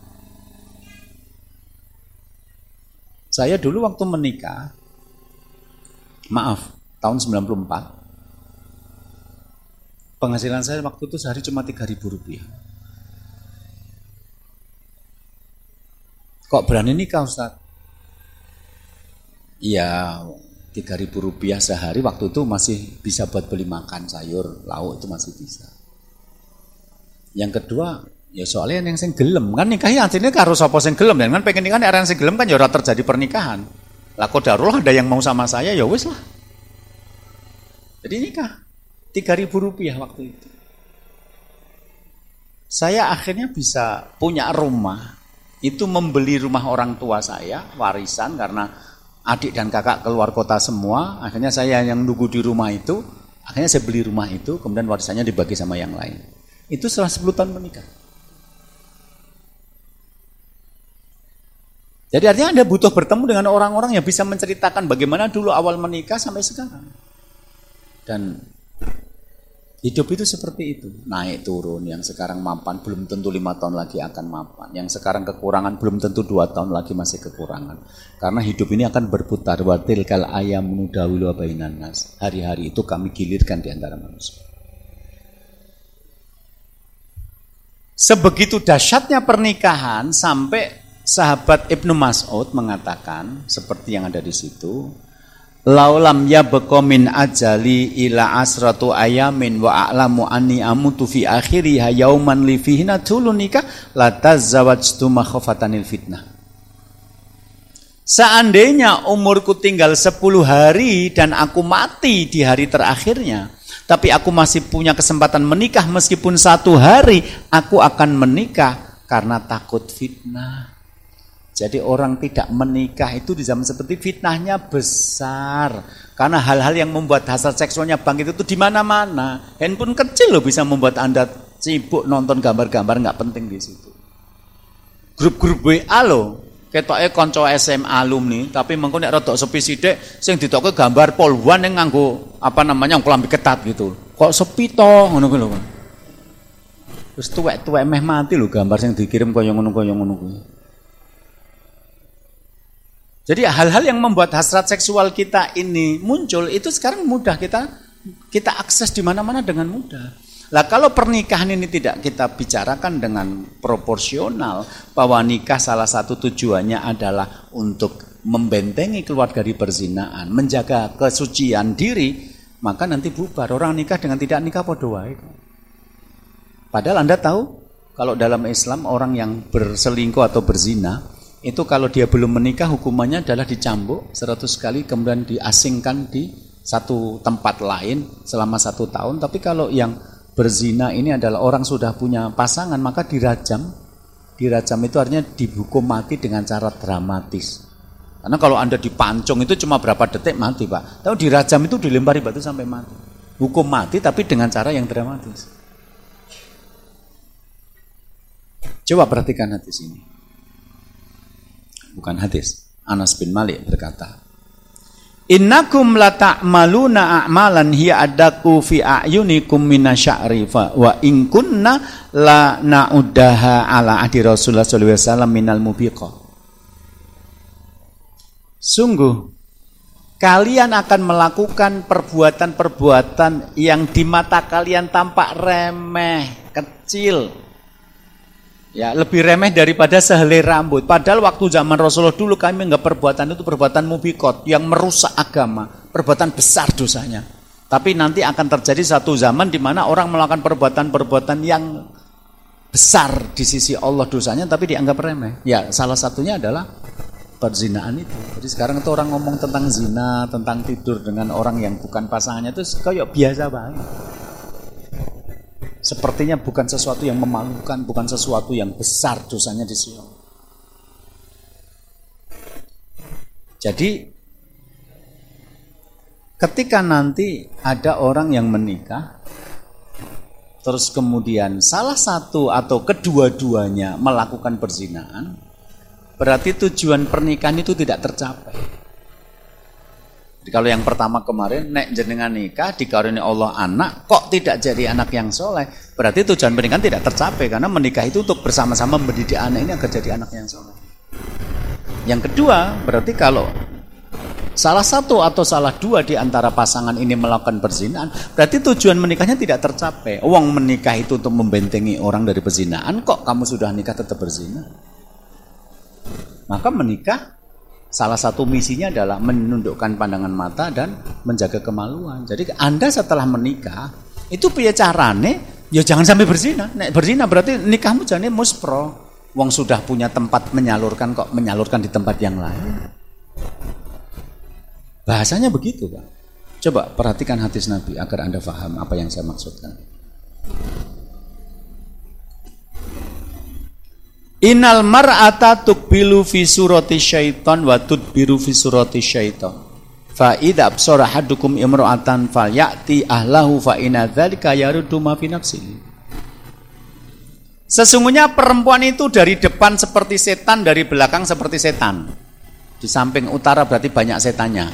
Saya dulu waktu menikah, tahun 94, penghasilan saya waktu itu sehari cuma 3.000 rupiah. Kok berani nikah Ustaz? Iya, 3.000 rupiah sehari waktu itu masih bisa buat beli makan sayur, lauk itu masih bisa. Yang kedua, Ya soalnya yang sing gelem kan nikahnya artinya karo sapa sing gelem dan kan pengen nikah nek orang sing gelem kan ya ora terjadi pernikahan. Lah qadarullah ada yang mau sama saya ya wis lah. Jadi nikah 3.000 rupiah waktu itu. Saya akhirnya bisa punya rumah. Itu membeli rumah orang tua saya, warisan karena adik dan kakak keluar kota semua. Akhirnya saya yang nunggu di rumah itu. Akhirnya saya beli rumah itu, kemudian warisannya dibagi sama yang lain. Itu setelah 10 tahun menikah. Jadi artinya Anda butuh bertemu dengan orang-orang yang bisa menceritakan bagaimana dulu awal menikah sampai sekarang. Dan hidup itu seperti itu. Naik turun, yang sekarang mapan belum tentu 5 tahun lagi akan mapan. Yang sekarang kekurangan belum tentu 2 tahun lagi masih kekurangan. Karena hidup ini akan berputar. Watil kal ayam nudawilu bainan nas. Hari-hari itu kami gilirkan di antara manusia. Sebegitu dahsyatnya pernikahan sampai sahabat Ibnu Mas'ud mengatakan seperti yang ada di situ, laulam yabqa min ajali ila asratu ayamin wa a'lamu anni amutu fi akhiriha yauman li fihina tulunika la tazawwajtu makhafatanil fitnah. Seandainya umurku tinggal 10 hari dan aku mati di hari terakhirnya, tapi aku masih punya kesempatan menikah meskipun 1 hari, aku akan menikah karena takut fitnah. Jadi orang tidak menikah itu di zaman seperti fitnahnya besar. Karena hal-hal yang membuat hasrat seksualnya bangkit itu di mana-mana. Handphone kecil loh bisa membuat Anda sibuk nonton gambar-gambar nggak penting di situ. Grup-grup WA loh, ketoke kanca SMA alumni, tapi mengko nek rada sepi sithik sing ditoke gambar polwan yang nganggo klambi ketat gitu. Kok sepi to ngono kuwi lho. Terus tuwek-tuwek meh mati lho gambar sing dikirim kaya ngono kuwi. Jadi hal-hal yang membuat hasrat seksual kita ini muncul itu sekarang mudah kita akses di mana-mana dengan mudah. Lah kalau pernikahan ini tidak kita bicarakan dengan proporsional, bahwa nikah salah satu tujuannya adalah untuk membentengi keluarga dari perzinaan, menjaga kesucian diri, maka nanti bubar. Orang nikah dengan tidak nikah padha wae. Padahal Anda tahu kalau dalam Islam orang yang berselingkuh atau berzina itu kalau dia belum menikah hukumannya adalah dicambuk 100 kali kemudian diasingkan di satu tempat lain selama 1 tahun. Tapi kalau yang berzina ini adalah orang sudah punya pasangan maka dirajam. Dirajam itu artinya dihukum mati dengan cara dramatis. Karena kalau Anda dipancung itu cuma berapa detik mati Pak. Tapi dirajam itu dilempari batu sampai mati. Hukum mati tapi dengan cara yang dramatis. Coba perhatikan hadis ini. Bukan hadis. Anas bin Malik berkata, innakum la ta'maluna a'malan hiya adaku fi a'yunikum minasya'ri wa in kunna la na'uddaha ala ahdi Rasulullah sallallahu alaihi wasallam minal mubiqah. Sungguh kalian akan melakukan perbuatan-perbuatan yang di mata kalian tampak remeh, kecil. Ya, lebih remeh daripada sehelai rambut. Padahal waktu zaman Rasulullah dulu kami menganggap perbuatan itu perbuatan mubikot yang merusak agama, perbuatan besar dosanya. Tapi nanti akan terjadi satu zaman di mana orang melakukan perbuatan-perbuatan yang besar di sisi Allah dosanya, tapi dianggap remeh. Ya, salah satunya adalah perzinaan itu. Jadi sekarang itu orang ngomong tentang zina, tentang tidur dengan orang yang bukan pasangannya itu kayak biasa banget. Sepertinya bukan sesuatu yang memalukan, bukan sesuatu yang besar dosanya di sini. Jadi ketika nanti ada orang yang menikah, terus kemudian salah satu atau kedua-duanya melakukan perzinaan, berarti tujuan pernikahan itu tidak tercapai. Jadi kalau yang pertama kemarin, nek jenengan nikah dikaruniai Allah anak, kok tidak jadi anak yang soleh, berarti tujuan pernikahan tidak tercapai, karena menikah itu untuk bersama-sama mendidik anak ini agar jadi anak yang soleh. Yang kedua, berarti kalau salah satu atau salah dua di antara pasangan ini melakukan perzinaan, berarti tujuan menikahnya tidak tercapai. Uang menikah itu untuk membentengi orang dari perzinaan, kok kamu sudah nikah tetap berzina? Maka menikah salah satu misinya adalah menundukkan pandangan mata dan menjaga kemaluan. Jadi Anda setelah menikah, itu piye carane Ya jangan sampai berzina. Nek berzina berarti nikahmu jane muspro. Wong sudah punya tempat menyalurkan kok menyalurkan di tempat yang lain. Bahasanya begitu, Pak. Coba perhatikan hadis Nabi agar Anda paham apa yang saya maksudkan. Innal mar'ata tuqbilu fi surati syaitan wa tudbiru fi surati syaitan. Fa idza absara hadukum imra'atan falyati ahlahu fa inna dzalika yaruddu ma fi nafsihi. Sesungguhnya perempuan itu dari depan seperti setan, dari belakang seperti setan. Di samping utara berarti banyak setannya.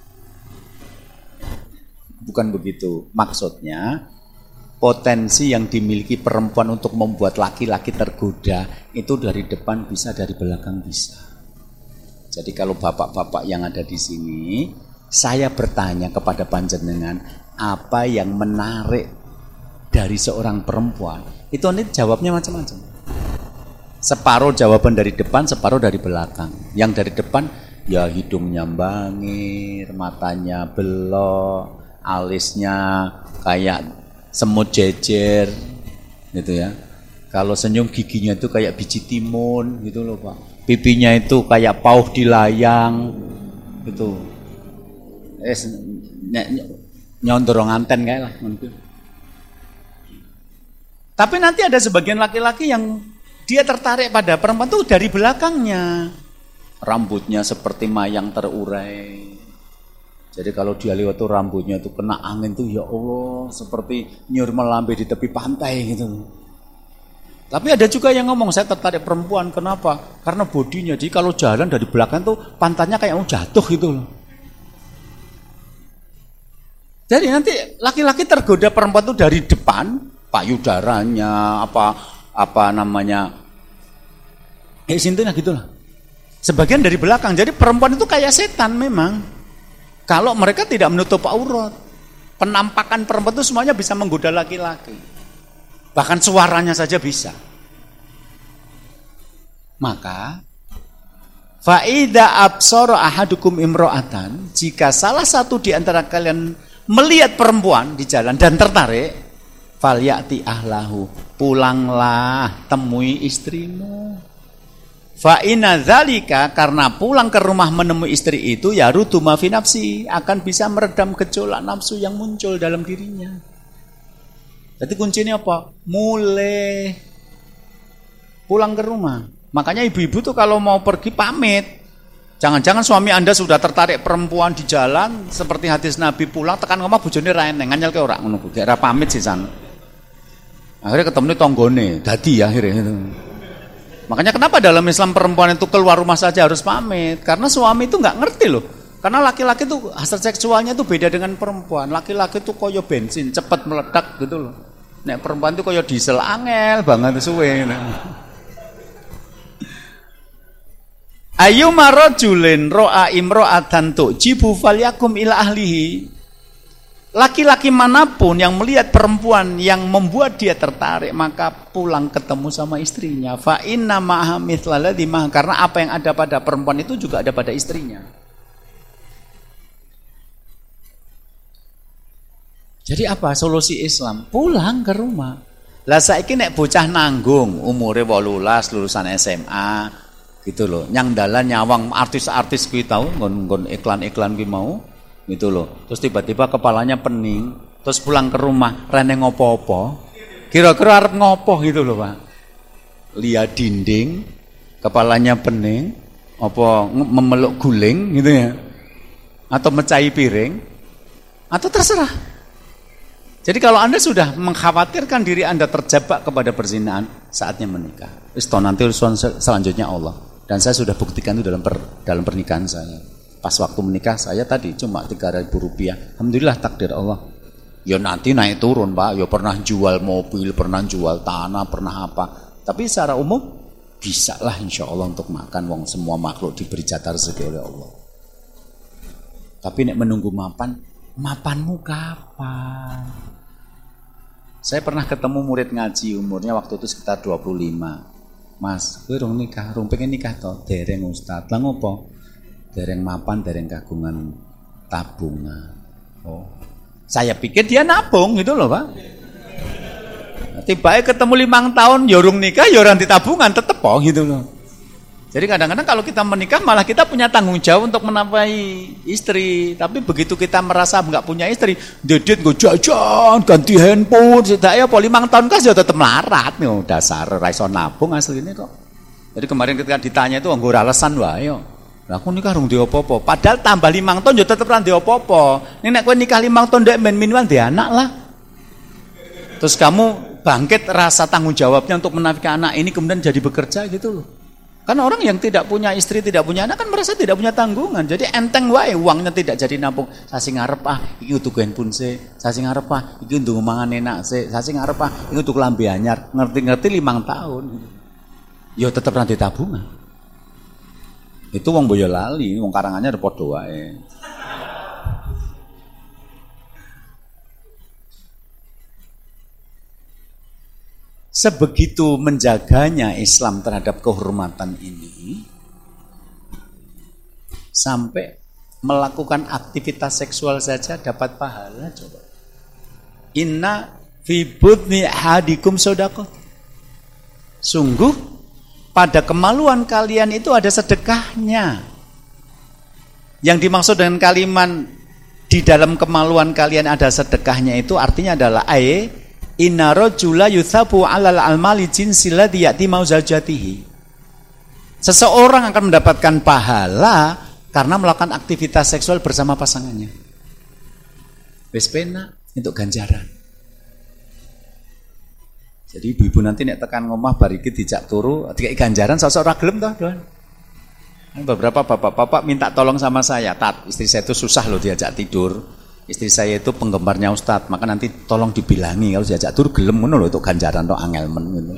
Bukan begitu. Maksudnya potensi yang dimiliki perempuan untuk membuat laki-laki tergoda itu dari depan bisa, dari belakang bisa. Jadi kalau bapak-bapak yang ada di sini, saya bertanya kepada panjenengan, apa yang menarik dari seorang perempuan? Itu nanti jawabnya macam-macam. Separuh jawaban dari depan, separuh dari belakang. Yang dari depan, ya hidungnya bangir, matanya belok, alisnya kayak semut jejer, gitu ya. Kalau senyum giginya itu kayak biji timun, gitu loh Pak. Pipinya itu kayak pauh di layang, gitu. Nyondorong anten kayak lah. Tapi nanti ada sebagian laki-laki yang dia tertarik pada perempuan itu dari belakangnya. Rambutnya seperti mayang terurai. Jadi kalau dia lewat tuh rambutnya itu kena angin tuh ya Allah seperti nyur melambai di tepi pantai gitu. Tapi ada juga yang ngomong saya tertarik perempuan, kenapa? Karena bodinya. Jadi kalau jalan dari belakang tuh pantatnya kayak mau jatuh gitu loh. Jadi nanti laki-laki tergoda perempuan tuh dari depan, payudaranya, apa namanya, sintunya gitulah. Sebagian dari belakang. Jadi perempuan itu kayak setan memang. Kalau mereka tidak menutup aurat, penampakan perempuan itu semuanya bisa menggoda laki-laki. Bahkan suaranya saja bisa. Maka faida absara ahadukum imro'atan, jika salah satu di antara kalian melihat perempuan di jalan dan tertarik, falyati ahlahu, pulanglah temui istrimu. Fa inna dzalika, karena pulang ke rumah menemui istri itu ya rudu ma fi nafsi, akan bisa meredam gejolak nafsu yang muncul dalam dirinya. Jadi kuncinya apa? Mulai pulang ke rumah. Makanya ibu-ibu tuh kalau mau pergi pamit. Jangan-jangan suami Anda sudah tertarik perempuan di jalan, seperti hadis Nabi, pulang tekan ngomong bojone ra eneng, nganyel ke ora ngono, gek ra pamit sisan. Akhirnya ketemu tonggone, dadi ya akhirnya itu. Makanya kenapa dalam Islam perempuan itu keluar rumah saja harus pamit? Karena suami itu nggak ngerti loh. Karena laki-laki itu hasrat seksualnya itu beda dengan perempuan. Laki-laki itu koyo bensin, cepat meledak gitu loh. Nek perempuan itu koyo diesel, angel banget suwe. Ayu marojulin ro'a imro'atan tu'jibu falyakum ila ahlihi. Laki-laki manapun yang melihat perempuan yang membuat dia tertarik, maka pulang ketemu sama istrinya. Fa inna ma'ha mithla ladzi ma'a, karena apa yang ada pada perempuan itu juga ada pada istrinya. Jadi apa solusi Islam? Pulang ke rumah. Lah saiki nek bocah nanggung umure 18 lulusan SMA gitu loh. Nyang dalan nyawang artis-artis kuwi tau nggon iklan-iklan kuwi mau gitu loh. Terus tiba-tiba kepalanya pening, terus pulang ke rumah rene ngopo-opo. Kira-kira arep ngopo gitu loh, Pak. Lihat dinding, kepalanya pening, apa memeluk guling gitu ya. Atau mecahi piring atau terserah. Jadi kalau Anda sudah mengkhawatirkan diri Anda terjebak kepada perzinaan, saatnya menikah. Wis nanti urusan selanjutnya Allah. Dan saya sudah buktikan itu dalam pernikahan saya. Pas waktu menikah saya tadi cuma 3.000 rupiah. Alhamdulillah takdir Allah. Ya nanti naik turun Pak. Ya pernah jual mobil, pernah jual tanah, pernah apa. Tapi secara umum bisa lah insya Allah untuk makan. Wong semua makhluk diberi jatah rezeki oleh Allah. Tapi nek menunggu mapanmu kapan? Saya pernah ketemu murid ngaji umurnya waktu itu sekitar 25. Mas, kowe rong nikah, rong pengen nikah to? Dereng Ustaz. Lah ngopo? Dereng mapan, dereng kagungan tabungan. Oh. Saya pikir dia nabung gitu loh, Pak. Tiba-tiba ketemu 5 tahun, yorung nikah, yorang di tabungan, tetep kok gitu loh. Jadi kadang-kadang kalau kita menikah malah kita punya tanggung jawab untuk menafkahi istri. Tapi begitu kita merasa nggak punya istri, dedet gue jajan, ganti handphone, sudah ya 5 tahun kan sudah tetap melarat nih, dasar raiso nabung asli ini kok. Jadi kemarin ketika ditanya itu nggo alasan wae yo. Lah aku nikah rung di opo-opo. Padahal tambah 5 tahun yo tetep ra di opo-opo. Nek nek kowe nikah 5 tahun ndek men minimal di anak lah. Terus kamu bangkit rasa tanggung jawabnya untuk menafkahi anak ini kemudian jadi bekerja gitu loh. Karena orang yang tidak punya istri, tidak punya anak kan merasa tidak punya tanggungan. Jadi enteng wae uangnya tidak jadi nampung. Saya sing ngarep iki untuk handphone se. Saya sing ngarep iki untuk mangan enak se. Saya sing ngarep iki untuk lambe anyar. Ngerti-ngerti 5 tahun. Ya tetep nanti tabungan. Itu wong Boyolali, wong Karanganyar padha wae. Sebegitu menjaganya Islam terhadap kehormatan ini, sampai melakukan aktivitas seksual saja dapat pahala. Coba. Inna fi budni hadikum sodaqah. Sungguh pada kemaluan kalian itu ada sedekahnya. Yang dimaksud dengan kalimat di dalam kemaluan kalian ada sedekahnya itu artinya adalah inna rajula yuthabu 'alal almali jinsil ladzi ya'ti mauzajatihi. Seseorang akan mendapatkan pahala karena melakukan aktivitas seksual bersama pasangannya. Wis penak untuk ganjaran. Jadi ibu-ibu nanti nek tekan ngomah bar iki dijak turu, dikai ganjaran sok-sok ora gelem toh, Don. Beberapa bapak-bapak minta tolong sama saya, "Tat, istri saya itu susah loh diajak tidur. Istri saya itu penggemarnya Ustadz, maka nanti tolong dibilangi kalau diajak tur gelem ngono lho itu ganjaran tok angelmen gitu."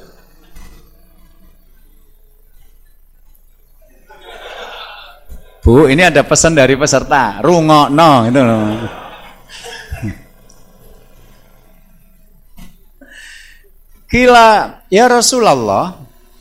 Bu, ini ada pesan dari peserta, rungokno gitu loh. Kila ya Rasulullah,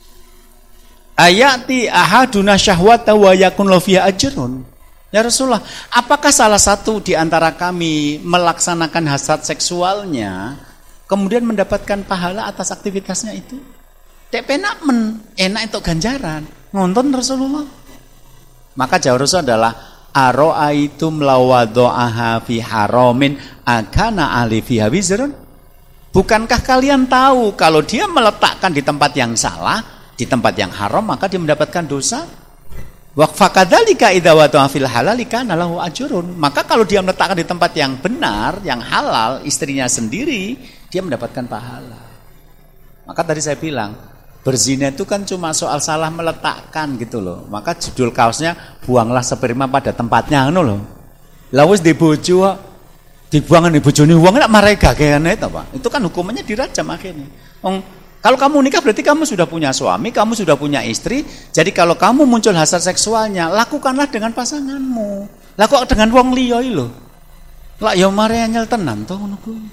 ayati ahaduna syahwata wa yakun lafiya ajrun. Ya Rasulullah, apakah salah satu di antara kami melaksanakan hasrat seksualnya kemudian mendapatkan pahala atas aktivitasnya itu? Dek penak enak itu ganjaran. Ngonton Rasulullah. Maka jawab Rasul adalah aro'aitum lawado'aha fi haramin akana ali fiha wizrun. Bukankah kalian tahu kalau dia meletakkan di tempat yang salah, di tempat yang haram, maka dia mendapatkan dosa? Wa fakadzalika idza wata'a fil halali kana lahu ajrun. Maka kalau dia meletakkan di tempat yang benar, yang halal, istrinya sendiri, dia mendapatkan pahala. Maka tadi saya bilang, berzina itu kan cuma soal salah meletakkan gitu loh. Maka judul kaosnya buanglah sperma pada tempatnya ngono loh. Lah wis di bojo dibuangan di bojone wong nek marai gageane itu Pak. Itu kan hukumannya dirajam akhirnya. Kalau kamu nikah berarti kamu sudah punya suami, kamu sudah punya istri. Jadi kalau kamu muncul hasrat seksualnya, lakukanlah dengan pasanganmu. Lah kok dengan wong liya iki lho. Lah ya mare anyel tenan to ngono kuwi.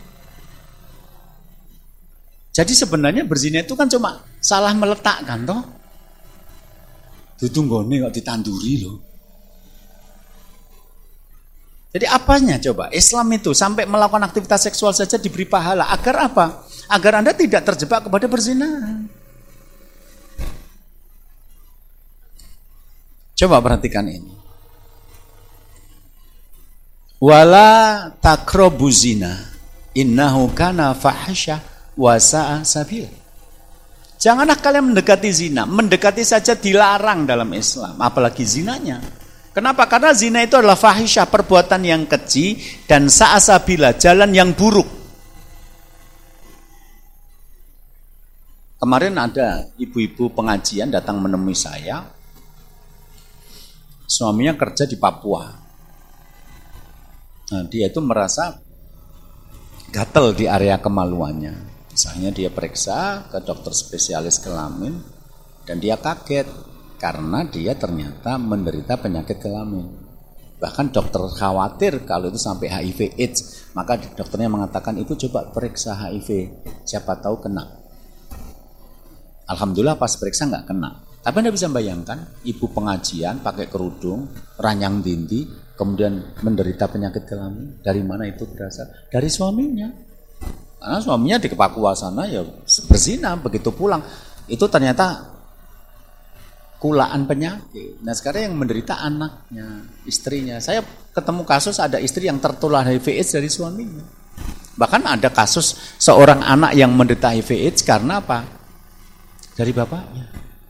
Jadi sebenarnya berzina itu kan cuma salah meletakkan toh. Dudu nggone kok ditanduri loh. Jadi apanya coba? Islam itu sampai melakukan aktivitas seksual saja diberi pahala. Agar apa? Agar Anda tidak terjebak kepada perzinahan. Coba perhatikan ini. Wala taqrabu zina innahu kana fahisha wa sa'a sabil. Janganlah kalian mendekati zina. Mendekati saja dilarang dalam Islam, apalagi zinanya. Kenapa? Karena zina itu adalah fahisyah, perbuatan yang keji, dan sa'asabila, jalan yang buruk. Kemarin ada ibu-ibu pengajian datang menemui saya. Suaminya kerja di Papua. Nah, dia itu merasa gatel di area kemaluannya. Misalnya dia periksa ke dokter spesialis kelamin dan dia kaget. Karena dia ternyata menderita penyakit kelamin. Bahkan dokter khawatir kalau itu sampai HIV AIDS. Maka dokternya mengatakan, ibu coba periksa HIV. Siapa tahu kena. Alhamdulillah pas periksa nggak kena. Tapi Anda bisa bayangkan, ibu pengajian pakai kerudung, ranyang dindi, kemudian menderita penyakit kelamin. Dari mana itu berasal? Dari suaminya. Karena suaminya di Papua sana ya berzina, begitu pulang itu ternyata kulaan penyakit. Nah sekarang yang menderita anaknya, istrinya. Saya ketemu kasus ada istri yang tertular HIV/AIDS dari suaminya. Bahkan ada kasus seorang anak yang menderita HIV/AIDS karena apa? Dari bapaknya.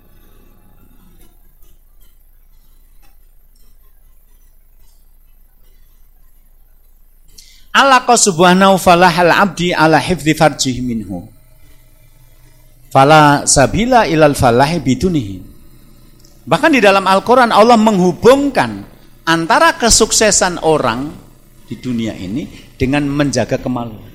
Alaqa subhanahu falahal abdi ala hifdzi farjihi minhu. Fala sabila ilal falahi bidunihi. Bahkan di dalam Al-Quran Allah menghubungkan antara kesuksesan orang di dunia ini dengan menjaga kemaluan.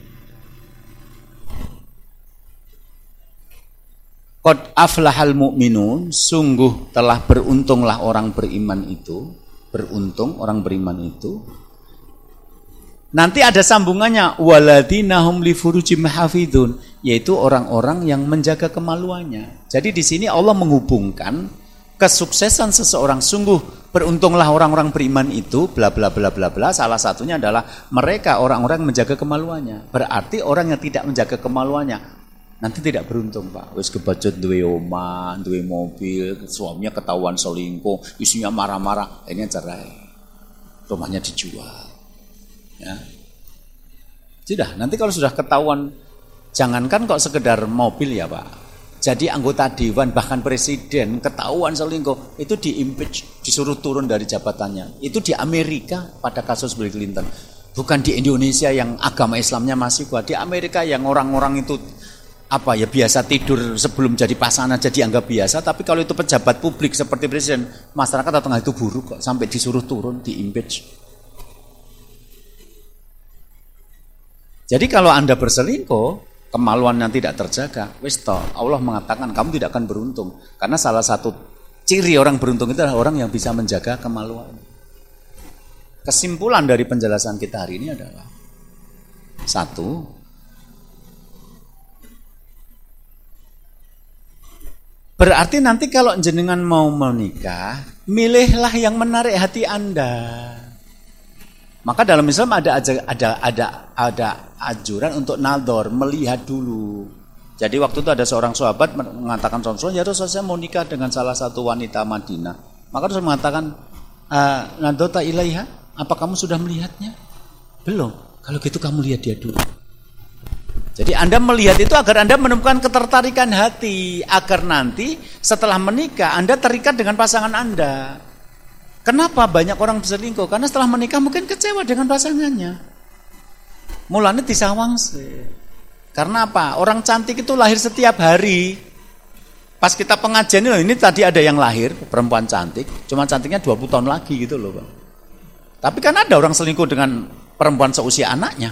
Qad aflahal mu'minun, sungguh telah beruntunglah orang beriman itu, beruntung orang beriman itu. Nanti ada sambungannya, waladina hum li furujihim hafidun, yaitu orang-orang yang menjaga kemaluannya. Jadi di sini Allah menghubungkan kesuksesan seseorang, sungguh beruntunglah orang-orang beriman itu bla bla bla bla bla, salah satunya adalah mereka orang-orang yang menjaga kemaluannya. Berarti orang yang tidak menjaga kemaluannya nanti tidak beruntung, Pak. Wis kebacut duwe omah, duwe mobil, suaminya ketahuan selingkuh, istrinya marah-marah, ini cerai. Rumahnya dijual. Ya. Sudah, nanti kalau sudah ketahuan, jangankan kok sekedar mobil ya Pak, jadi anggota dewan bahkan presiden ketahuan selingkuh itu di-impeach, disuruh turun dari jabatannya. Itu di Amerika pada kasus Bill Clinton, bukan di Indonesia yang agama Islamnya masih kuat. Di Amerika yang orang-orang itu apa ya biasa tidur sebelum jadi pasangan jadi anggap biasa, tapi kalau itu pejabat publik seperti presiden, masyarakat atau itu buruk kok sampai disuruh turun, di-impeach. Jadi kalau Anda berselingkuh, kemaluan yang tidak terjaga, wis toh, Allah mengatakan kamu tidak akan beruntung. Karena salah satu ciri orang beruntung itu adalah orang yang bisa menjaga kemaluan. Kesimpulan dari penjelasan kita hari ini adalah, satu, berarti nanti kalau jenengan mau menikah, milihlah yang menarik hati Anda. Maka dalam Islam ada anjuran untuk nador, melihat dulu. Jadi waktu itu ada seorang sahabat mengatakan Rasulullah, ya Rasulullah saya mau nikah dengan salah satu wanita Madinah. Maka Rasul mengatakan, nadota ilaiha, apa kamu sudah melihatnya? Belum. Kalau gitu kamu lihat dia dulu. Jadi Anda melihat itu agar Anda menemukan ketertarikan hati, agar nanti setelah menikah Anda terikat dengan pasangan Anda. Kenapa banyak orang berselingkuh? Karena setelah menikah mungkin kecewa dengan pasangannya. Mulanya disawang sih. Karena apa? Orang cantik itu lahir setiap hari. Pas kita pengajian ini tadi ada yang lahir, perempuan cantik, cuma cantiknya 20 tahun lagi gitu loh, Bang. Tapi kan ada orang selingkuh dengan perempuan seusia anaknya.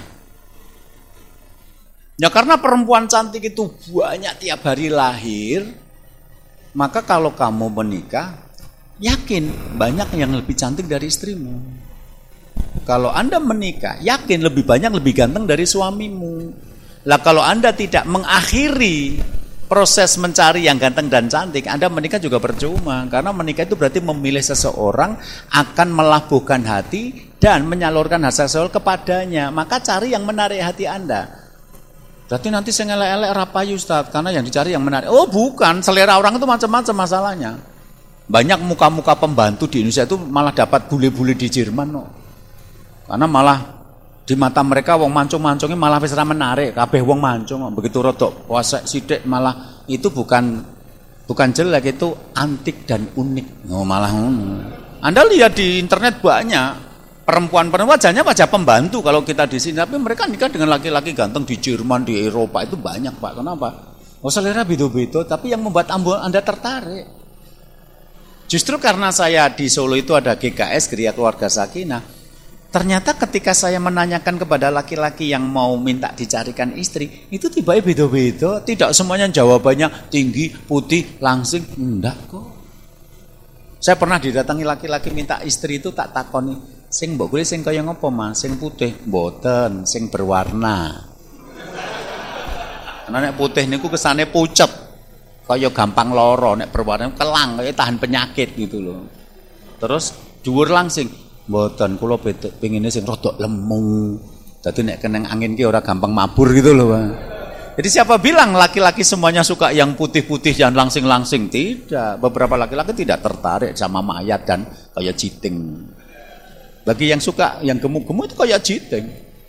Ya karena perempuan cantik itu banyak tiap hari lahir, maka kalau kamu menikah, yakin banyak yang lebih cantik dari istrimu. Kalau Anda menikah, yakin lebih banyak lebih ganteng dari suamimu. Lah kalau Anda tidak mengakhiri proses mencari yang ganteng dan cantik, Anda menikah juga percuma. Karena menikah itu berarti memilih seseorang akan melabuhkan hati dan menyalurkan hasrat seksual kepadanya. Maka cari yang menarik hati Anda. Berarti nanti saya ngelek-elek rapayu Ustaz, karena yang dicari yang menarik. Oh bukan, selera orang itu macam-macam masalahnya. Banyak muka-muka pembantu di Indonesia itu malah dapat bule-bule di Jerman no. Karena malah di mata mereka wong mancung-mancungnya malah wis ra menarik, kabeh wong mancung begitu rodok puasa sithik malah itu bukan jelek, itu antik dan unik. Oh malah Anda lihat di internet banyak perempuan-perempuan wajahnya wajah pembantu kalau kita di sini, tapi mereka nikah dengan laki-laki ganteng di Jerman, di Eropa itu banyak Pak. Kenapa? Oh selera beda-beda, tapi yang membuat Anda tertarik. Justru karena saya di Solo itu ada GKS, Geria Keluarga Sakinah. Ternyata ketika saya menanyakan kepada laki-laki yang mau minta dicarikan istri, itu tiba-tiba beda-beda. Tidak semuanya jawabannya tinggi, putih, langsing. Enggak kok. Saya pernah didatangi laki-laki minta istri itu tak takoni, sing mbok kuwi sing kaya ngopo Mas? Sing putih, mboten, sing berwarna. Karena nek putih niku kesane pucet. Kaya gampang loro, nek berwarna kelang, kaya tahan penyakit gitu loh. Terus dhuwur langsing, mboten kula pengine sing rada lemu. Dadi nek kena angin ki ora gampang mabur gitu loh, Pak. Jadi siapa bilang laki-laki semuanya suka yang putih-putih yang langsing-langsing? Tidak. Beberapa laki-laki tidak tertarik sama mayat dan kayak jiting. Bagi yang suka yang gemuk-gemuk itu kayak jiting.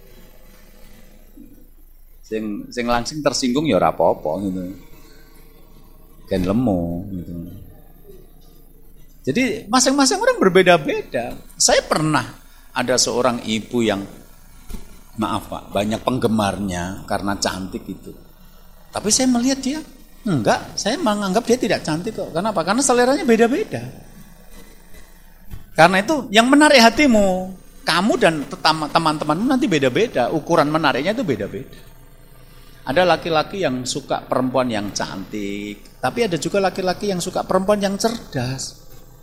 Sing langsing tersinggung ya ora apa-apa gitu. Kan lemu gitu. Jadi masing-masing orang berbeda-beda. Saya pernah ada seorang ibu yang maaf Pak, banyak penggemarnya karena cantik itu. Tapi saya melihat dia, enggak, saya menganggap dia tidak cantik kok. Kenapa? Karena seleranya beda-beda. Karena itu yang menarik hatimu, kamu dan teman-temanmu nanti beda-beda, ukuran menariknya itu beda-beda. Ada laki-laki yang suka perempuan yang cantik, tapi ada juga laki-laki yang suka perempuan yang cerdas.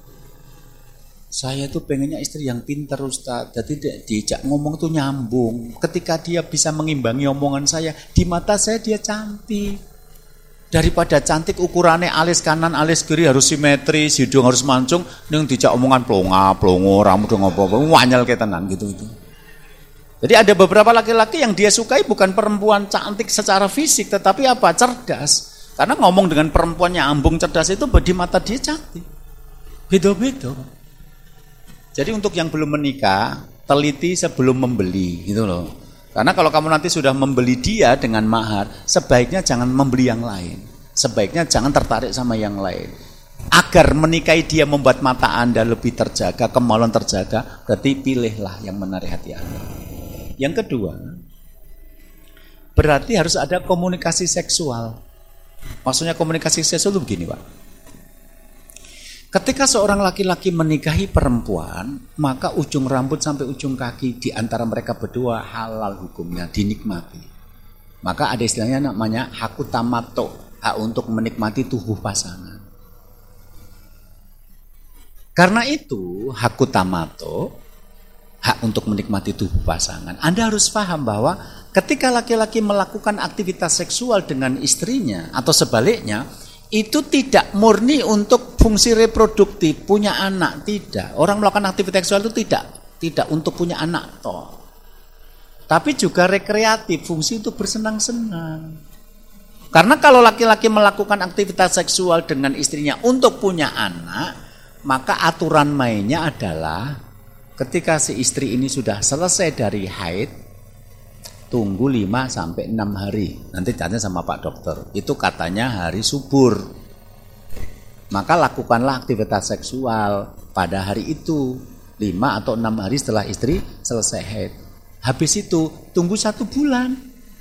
Saya tuh pengennya istri yang pintar Ustaz, jadi diajak ngomong tuh nyambung. Ketika dia bisa mengimbangi omongan saya, di mata saya dia cantik. Daripada cantik ukurannya alis kanan, alis kiri harus simetris, hidung harus mancung, ning dijak omongan plongo, rambut ngopo-ngopo, wanyel kayak tenan gitu. Jadi ada beberapa laki-laki yang dia sukai bukan perempuan cantik secara fisik, tetapi apa? Cerdas. Karena ngomong dengan perempuan yang ambung cerdas itu di mata dia cantik. Beda-beda. Jadi untuk yang belum menikah, teliti sebelum membeli, gitu loh. Karena kalau kamu nanti sudah membeli dia dengan mahar, sebaiknya jangan membeli yang lain. Sebaiknya jangan tertarik sama yang lain. Agar menikahi dia membuat mata Anda lebih terjaga, kemaluan terjaga, berarti pilihlah yang menarik hati Anda. Yang kedua, berarti harus ada komunikasi seksual. Maksudnya komunikasi seksual itu begini Pak. Ketika seorang laki-laki menikahi perempuan, maka ujung rambut sampai ujung kaki di antara mereka berdua halal hukumnya, dinikmati. Maka ada istilahnya namanya hak utamato, hak untuk menikmati tubuh pasangan. Karena itu hak utamato, hak untuk menikmati tubuh pasangan. Anda harus paham bahwa ketika laki-laki melakukan aktivitas seksual dengan istrinya atau sebaliknya, itu tidak murni untuk fungsi reproduktif, punya anak, tidak. Orang melakukan aktivitas seksual itu tidak untuk punya anak toh. Tapi juga rekreatif, fungsi untuk bersenang-senang. Karena kalau laki-laki melakukan aktivitas seksual dengan istrinya untuk punya anak, maka aturan mainnya adalah ketika si istri ini sudah selesai dari haid, tunggu 5-6 hari. Nanti tanya sama Pak Dokter. Itu katanya hari subur. Maka lakukanlah aktivitas seksual pada hari itu. 5 atau 6 hari setelah istri selesai haid. Habis itu tunggu 1 bulan.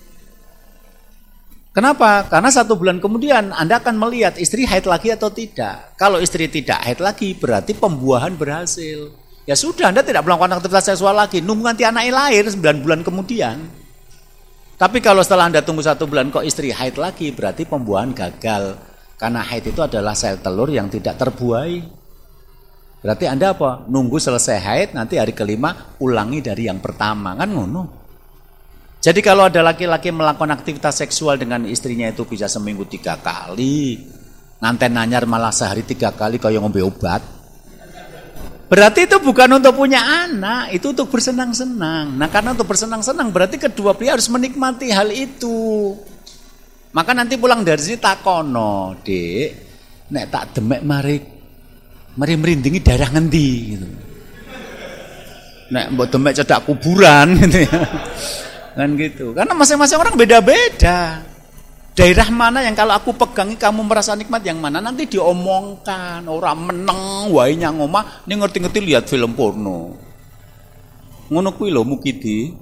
Kenapa? Karena 1 bulan kemudian Anda akan melihat istri haid lagi atau tidak. Kalau istri tidak haid lagi berarti pembuahan berhasil. Ya sudah, Anda tidak melakukan aktivitas seksual lagi. Nunggu nanti anaknya lahir 9 bulan kemudian. Tapi kalau setelah Anda tunggu 1 bulan kok istri haid lagi, berarti pembuahan gagal. Karena haid itu adalah sel telur yang tidak terbuai. Berarti Anda apa? Nunggu selesai haid, nanti hari kelima ulangi dari yang pertama. Kan ngono. Jadi kalau ada laki-laki melakukan aktivitas seksual dengan istrinya itu bisa seminggu 3 kali. Nganten nanyar malah sehari 3 kali kayak ngombe obat. Berarti itu bukan untuk punya anak, itu untuk bersenang-senang. Nah karena untuk bersenang-senang berarti kedua pihak harus menikmati hal itu. Maka nanti pulang dari sini takono, Dek, nek tak demek mari merindingi daerah ngendi gitu. Nek mbok demek cedak kuburan gitu ya. Kan gitu. Karena masing-masing orang beda-beda. Daerah mana yang kalau aku pegangi kamu merasa nikmat yang mana nanti diomongkan. Orang meneng wae nyang omah ning ngerti-ngerti lihat film porno. Ngono kuwi lho Mukidi.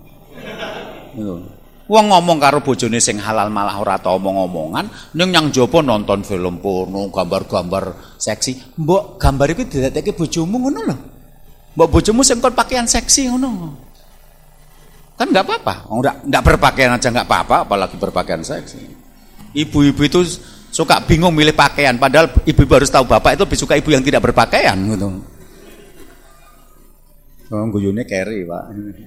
Wong ngomong karo bojone sing halal malah ora tau omong-omongan, ning nyang jaba nonton film porno, gambar-gambar seksi. Mbok gambar iki didetekke bojomu ngono lho. Mbok bojomu sing kon pakaian seksi ngono. Kan enggak apa-apa. Enggak berpakaian aja enggak apa-apa, apalagi berpakaian seksi. Ibu-ibu itu suka bingung milih pakaian, padahal ibu-ibu harus tahu bapak itu lebih suka ibu yang tidak berpakaian gitu. Oh, guyune keri, Pak.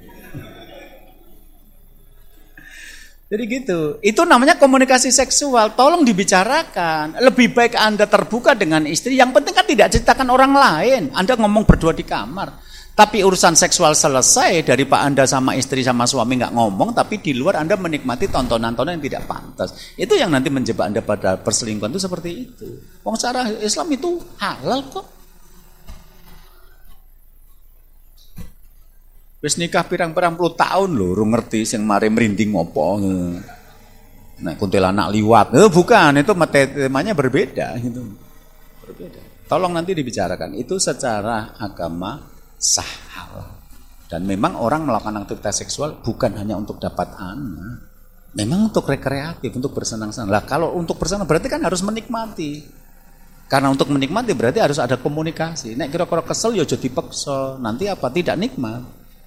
Jadi gitu. Itu namanya komunikasi seksual. Tolong dibicarakan. Lebih baik Anda terbuka dengan istri. Yang penting kan tidak ceritakan orang lain. Anda ngomong berdua di kamar. Tapi urusan seksual selesai dari Pak Anda sama istri sama suami nggak ngomong, tapi di luar Anda menikmati tontonan-tontonan yang tidak pantas. Itu yang nanti menjebak Anda pada perselingkuhan itu seperti itu. Wong secara Islam itu halal kok. Wis nikah pirang-pirang puluh tahun lho, urung ngerti sing mari merinding opo. Nah, kuntilanak liwat. Bukan, itu temanya berbeda gitu. Berbeda. Tolong nanti dibicarakan. Itu secara agama sah halal. Dan memang orang melakukan aktivitas seksual bukan hanya untuk dapat anak. Memang untuk rekreatif, untuk bersenang-senang. Lah kalau untuk bersenang berarti kan harus menikmati. Karena untuk menikmati berarti harus ada komunikasi. Nek kira-kira kesel ya jadi dipaksa. Nanti apa? Tidak nikmat.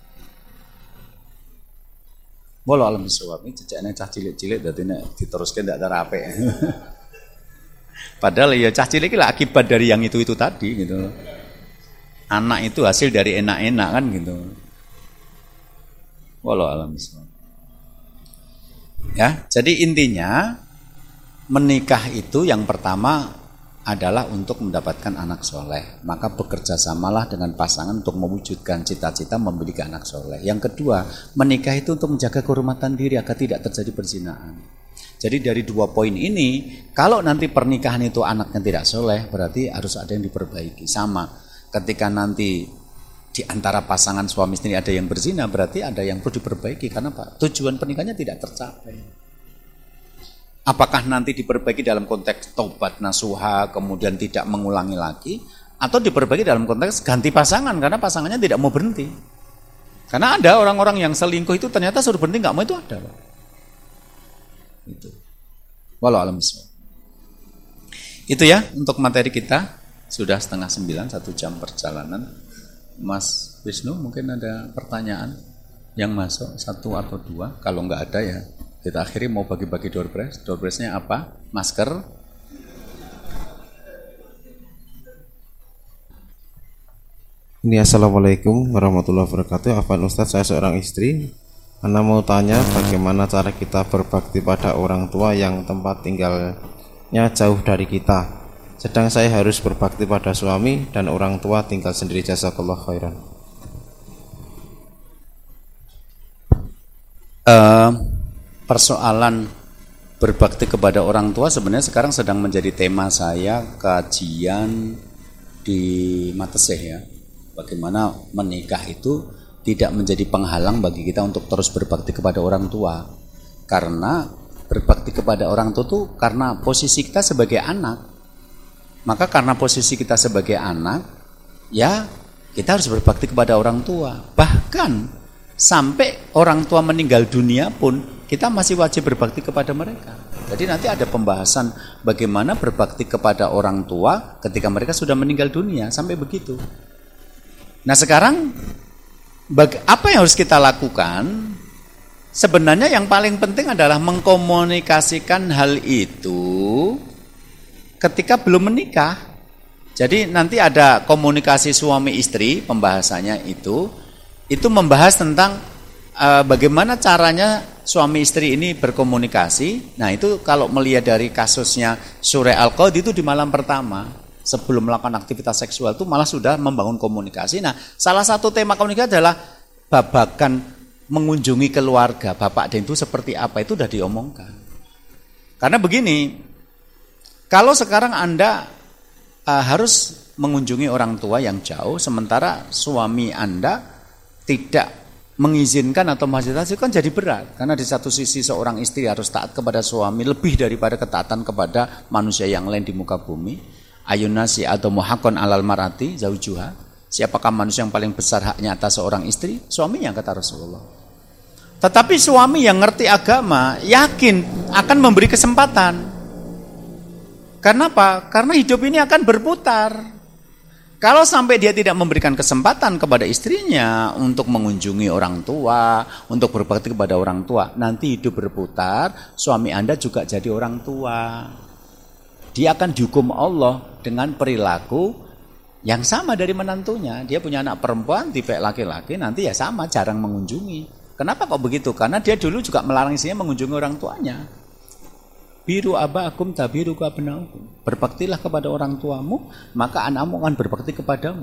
Walau alam suami ceceknya cah cilik-cilik dadi nek diteruskan ndak terape. Padahal ya cah cilik lah akibat dari yang itu tadi gitu. Anak itu hasil dari enak-enak kan gitu. Walau alam suami. Ya, jadi intinya menikah itu yang pertama adalah untuk mendapatkan anak soleh. Maka bekerja samalah dengan pasangan untuk mewujudkan cita-cita memiliki anak soleh. Yang kedua, menikah itu untuk menjaga kehormatan diri agar tidak terjadi perzinahan. Jadi dari dua poin ini, kalau nanti pernikahan itu anaknya tidak soleh, berarti harus ada yang diperbaiki. Sama, ketika nanti di antara pasangan suami istri ada yang berzina, berarti ada yang perlu diperbaiki. Karena apa? Tujuan pernikahannya tidak tercapai. Apakah nanti diperbaiki dalam konteks tobat nasuha, kemudian tidak mengulangi lagi, atau diperbaiki dalam konteks ganti pasangan, karena pasangannya tidak mau berhenti. Karena ada orang-orang yang selingkuh itu ternyata suruh berhenti, nggak mau itu ada. Itu. Walau alam bismillah. Itu ya untuk materi kita, sudah 8:30, 1 jam perjalanan. Mas Wisnu mungkin ada pertanyaan yang masuk 1 atau 2, kalau nggak ada ya kita akhiri mau bagi-bagi door prize. Door prize-nya apa? Masker. Ini assalamualaikum warahmatullahi wabarakatuh. Afwan Ustadz, saya seorang istri. Anda mau tanya bagaimana cara kita berbakti pada orang tua yang tempat tinggalnya jauh dari kita. Sedang saya harus berbakti pada suami dan orang tua tinggal sendiri. Jazakallah khairan. Persoalan berbakti kepada orang tua sebenarnya sekarang sedang menjadi tema saya kajian di Mateseh ya. Bagaimana menikah itu tidak menjadi penghalang bagi kita untuk terus berbakti kepada orang tua. Karena berbakti kepada orang tua itu karena posisi kita sebagai anak. Maka karena posisi kita sebagai anak, ya kita harus berbakti kepada orang tua. Bahkan sampai orang tua meninggal dunia pun kita masih wajib berbakti kepada mereka. Jadi nanti ada pembahasan bagaimana berbakti kepada orang tua ketika mereka sudah meninggal dunia, sampai begitu. Nah sekarang apa yang harus kita lakukan? Sebenarnya yang paling penting adalah mengkomunikasikan hal itu ketika belum menikah. Jadi nanti ada komunikasi suami istri, pembahasannya itu membahas tentang bagaimana caranya suami istri ini berkomunikasi. Nah itu kalau melihat dari kasusnya Surah Al-Qad itu di malam pertama sebelum melakukan aktivitas seksual itu malah sudah membangun komunikasi. Nah salah satu tema komunikasi adalah babakan mengunjungi keluarga bapak dan itu seperti apa, itu sudah diomongkan. Karena begini, kalau sekarang Anda harus mengunjungi orang tua yang jauh sementara suami Anda tidak mengizinkan atau memfasilitasi, kan jadi berat. Karena di satu sisi seorang istri harus taat kepada suami lebih daripada ketaatan kepada manusia yang lain di muka bumi. Ayunasi atau muhaqqan alal marati zaujuha. Siapakah manusia yang paling besar haknya atas seorang istri? Suaminya, kata Rasulullah. Tetapi suami yang ngerti agama yakin akan memberi kesempatan. Kenapa? Karena hidup ini akan berputar. Kalau sampai dia tidak memberikan kesempatan kepada istrinya untuk mengunjungi orang tua, untuk berbakti kepada orang tua, nanti hidup berputar, suami Anda juga jadi orang tua. Dia akan dihukum Allah dengan perilaku yang sama dari menantunya. Dia punya anak perempuan, tipe laki-laki, nanti ya sama, jarang mengunjungi. Kenapa kok begitu? Karena dia dulu juga melarang istrinya mengunjungi orang tuanya. Biru abakum tabiru abnaukum. Berbaktilah kepada orang tuamu, maka anakmu akan berbakti kepadamu.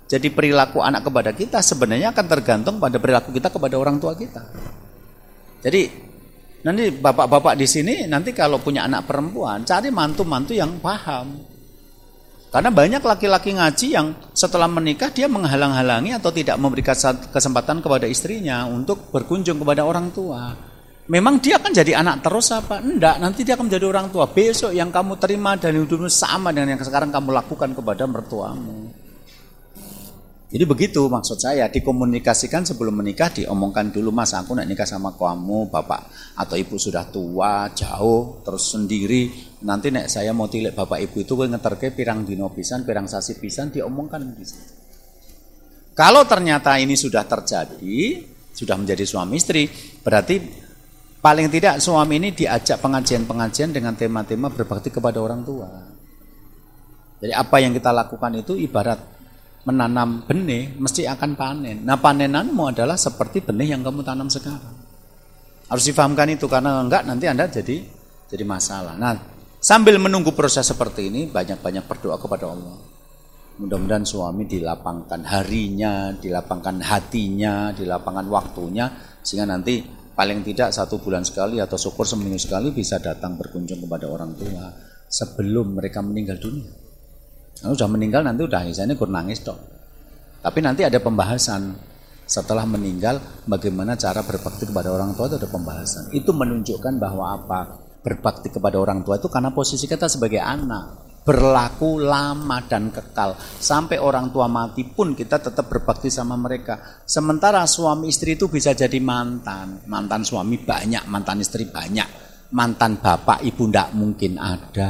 Jadi perilaku anak kepada kita sebenarnya akan tergantung pada perilaku kita kepada orang tua kita. Jadi nanti bapak-bapak di sini nanti kalau punya anak perempuan cari mantu-mantu yang paham. Karena banyak laki-laki ngaji yang setelah menikah dia menghalang-halangi atau tidak memberikan kesempatan kepada istrinya untuk berkunjung kepada orang tua. Memang dia akan jadi anak terus apa? Enggak, nanti dia akan menjadi orang tua. Besok yang kamu terima dari hidupmu sama dengan yang sekarang kamu lakukan kepada mertuamu. Jadi begitu maksud saya, dikomunikasikan sebelum menikah, diomongkan dulu, Mas aku nak nikah sama kamu, bapak atau ibu sudah tua, jauh, terus sendiri, nanti nek saya mau tilik bapak ibu itu ngeterke pirang dino pisan, pirang sasi pisan, diomongkan bisa. Kalau ternyata ini sudah terjadi, sudah menjadi suami istri, berarti paling tidak suami ini diajak pengajian-pengajian dengan tema-tema berbakti kepada orang tua. Jadi apa yang kita lakukan itu ibarat menanam benih mesti akan panen. Nah panenanmu adalah seperti benih yang kamu tanam sekarang. Harus difahamkan itu karena enggak nanti Anda jadi masalah. Nah sambil menunggu proses seperti ini banyak-banyak berdoa kepada Allah. Mudah-mudahan suami dilapangkan harinya, dilapangkan hatinya, dilapangkan waktunya sehingga nanti paling tidak 1 bulan sekali atau syukur seminggu sekali bisa datang berkunjung kepada orang tua sebelum mereka meninggal dunia. Kalau sudah meninggal nanti udah misalnya kur nangis dong. Tapi nanti ada pembahasan setelah meninggal bagaimana cara berbakti kepada orang tua itu ada pembahasan. Itu menunjukkan bahwa apa? Berbakti kepada orang tua itu karena posisi kita sebagai anak berlaku lama dan kekal. Sampai orang tua mati pun kita tetap berbakti sama mereka. Sementara suami istri itu bisa jadi mantan. Mantan suami banyak, mantan istri banyak. Mantan bapak ibu ndak mungkin ada.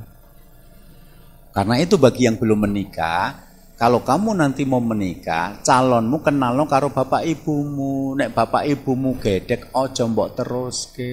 Karena itu bagi yang belum menikah, kalau kamu nanti mau menikah, calonmu kenal lo karo bapak ibumu. Nek bapak ibumu gedek, ojo mbok teruske.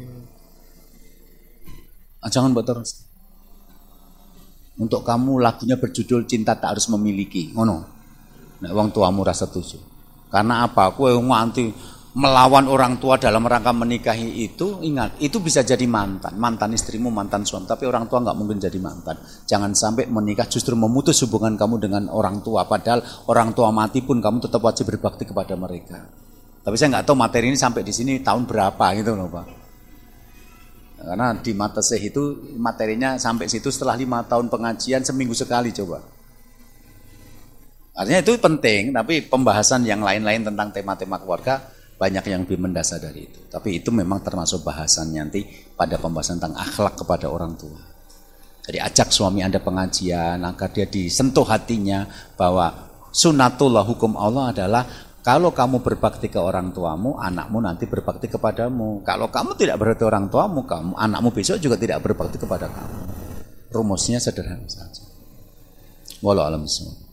Jangan mbok terus. Untuk kamu lagunya berjudul Cinta Tak Harus Memiliki, ngono. Nek wong tuamu rasa setuju. Karena apa? Kowe nganti melawan orang tua dalam rangka menikahi itu, ingat, itu bisa jadi mantan istrimu, mantan suami, tapi orang tua nggak mungkin jadi mantan. Jangan sampai menikah justru memutus hubungan kamu dengan orang tua, padahal orang tua mati pun kamu tetap wajib berbakti kepada mereka. Tapi saya nggak tahu materi ini sampai di sini tahun berapa gitu loh Pak. Karena di Mateseh itu materinya sampai situ setelah 5 tahun pengajian seminggu sekali coba. Artinya itu penting, tapi pembahasan yang lain-lain tentang tema-tema keluarga banyak yang lebih mendasar dari itu. Tapi itu memang termasuk bahasan nanti pada pembahasan tentang akhlak kepada orang tua. Jadi ajak suami Anda pengajian agar dia disentuh hatinya bahwa sunatullah hukum Allah adalah kalau kamu berbakti ke orang tuamu, anakmu nanti berbakti kepadamu. Kalau kamu tidak berbakti orang tuamu, anakmu besok juga tidak berbakti kepada kamu. Rumusnya sederhana saja. Wallahu a'lam bishawab.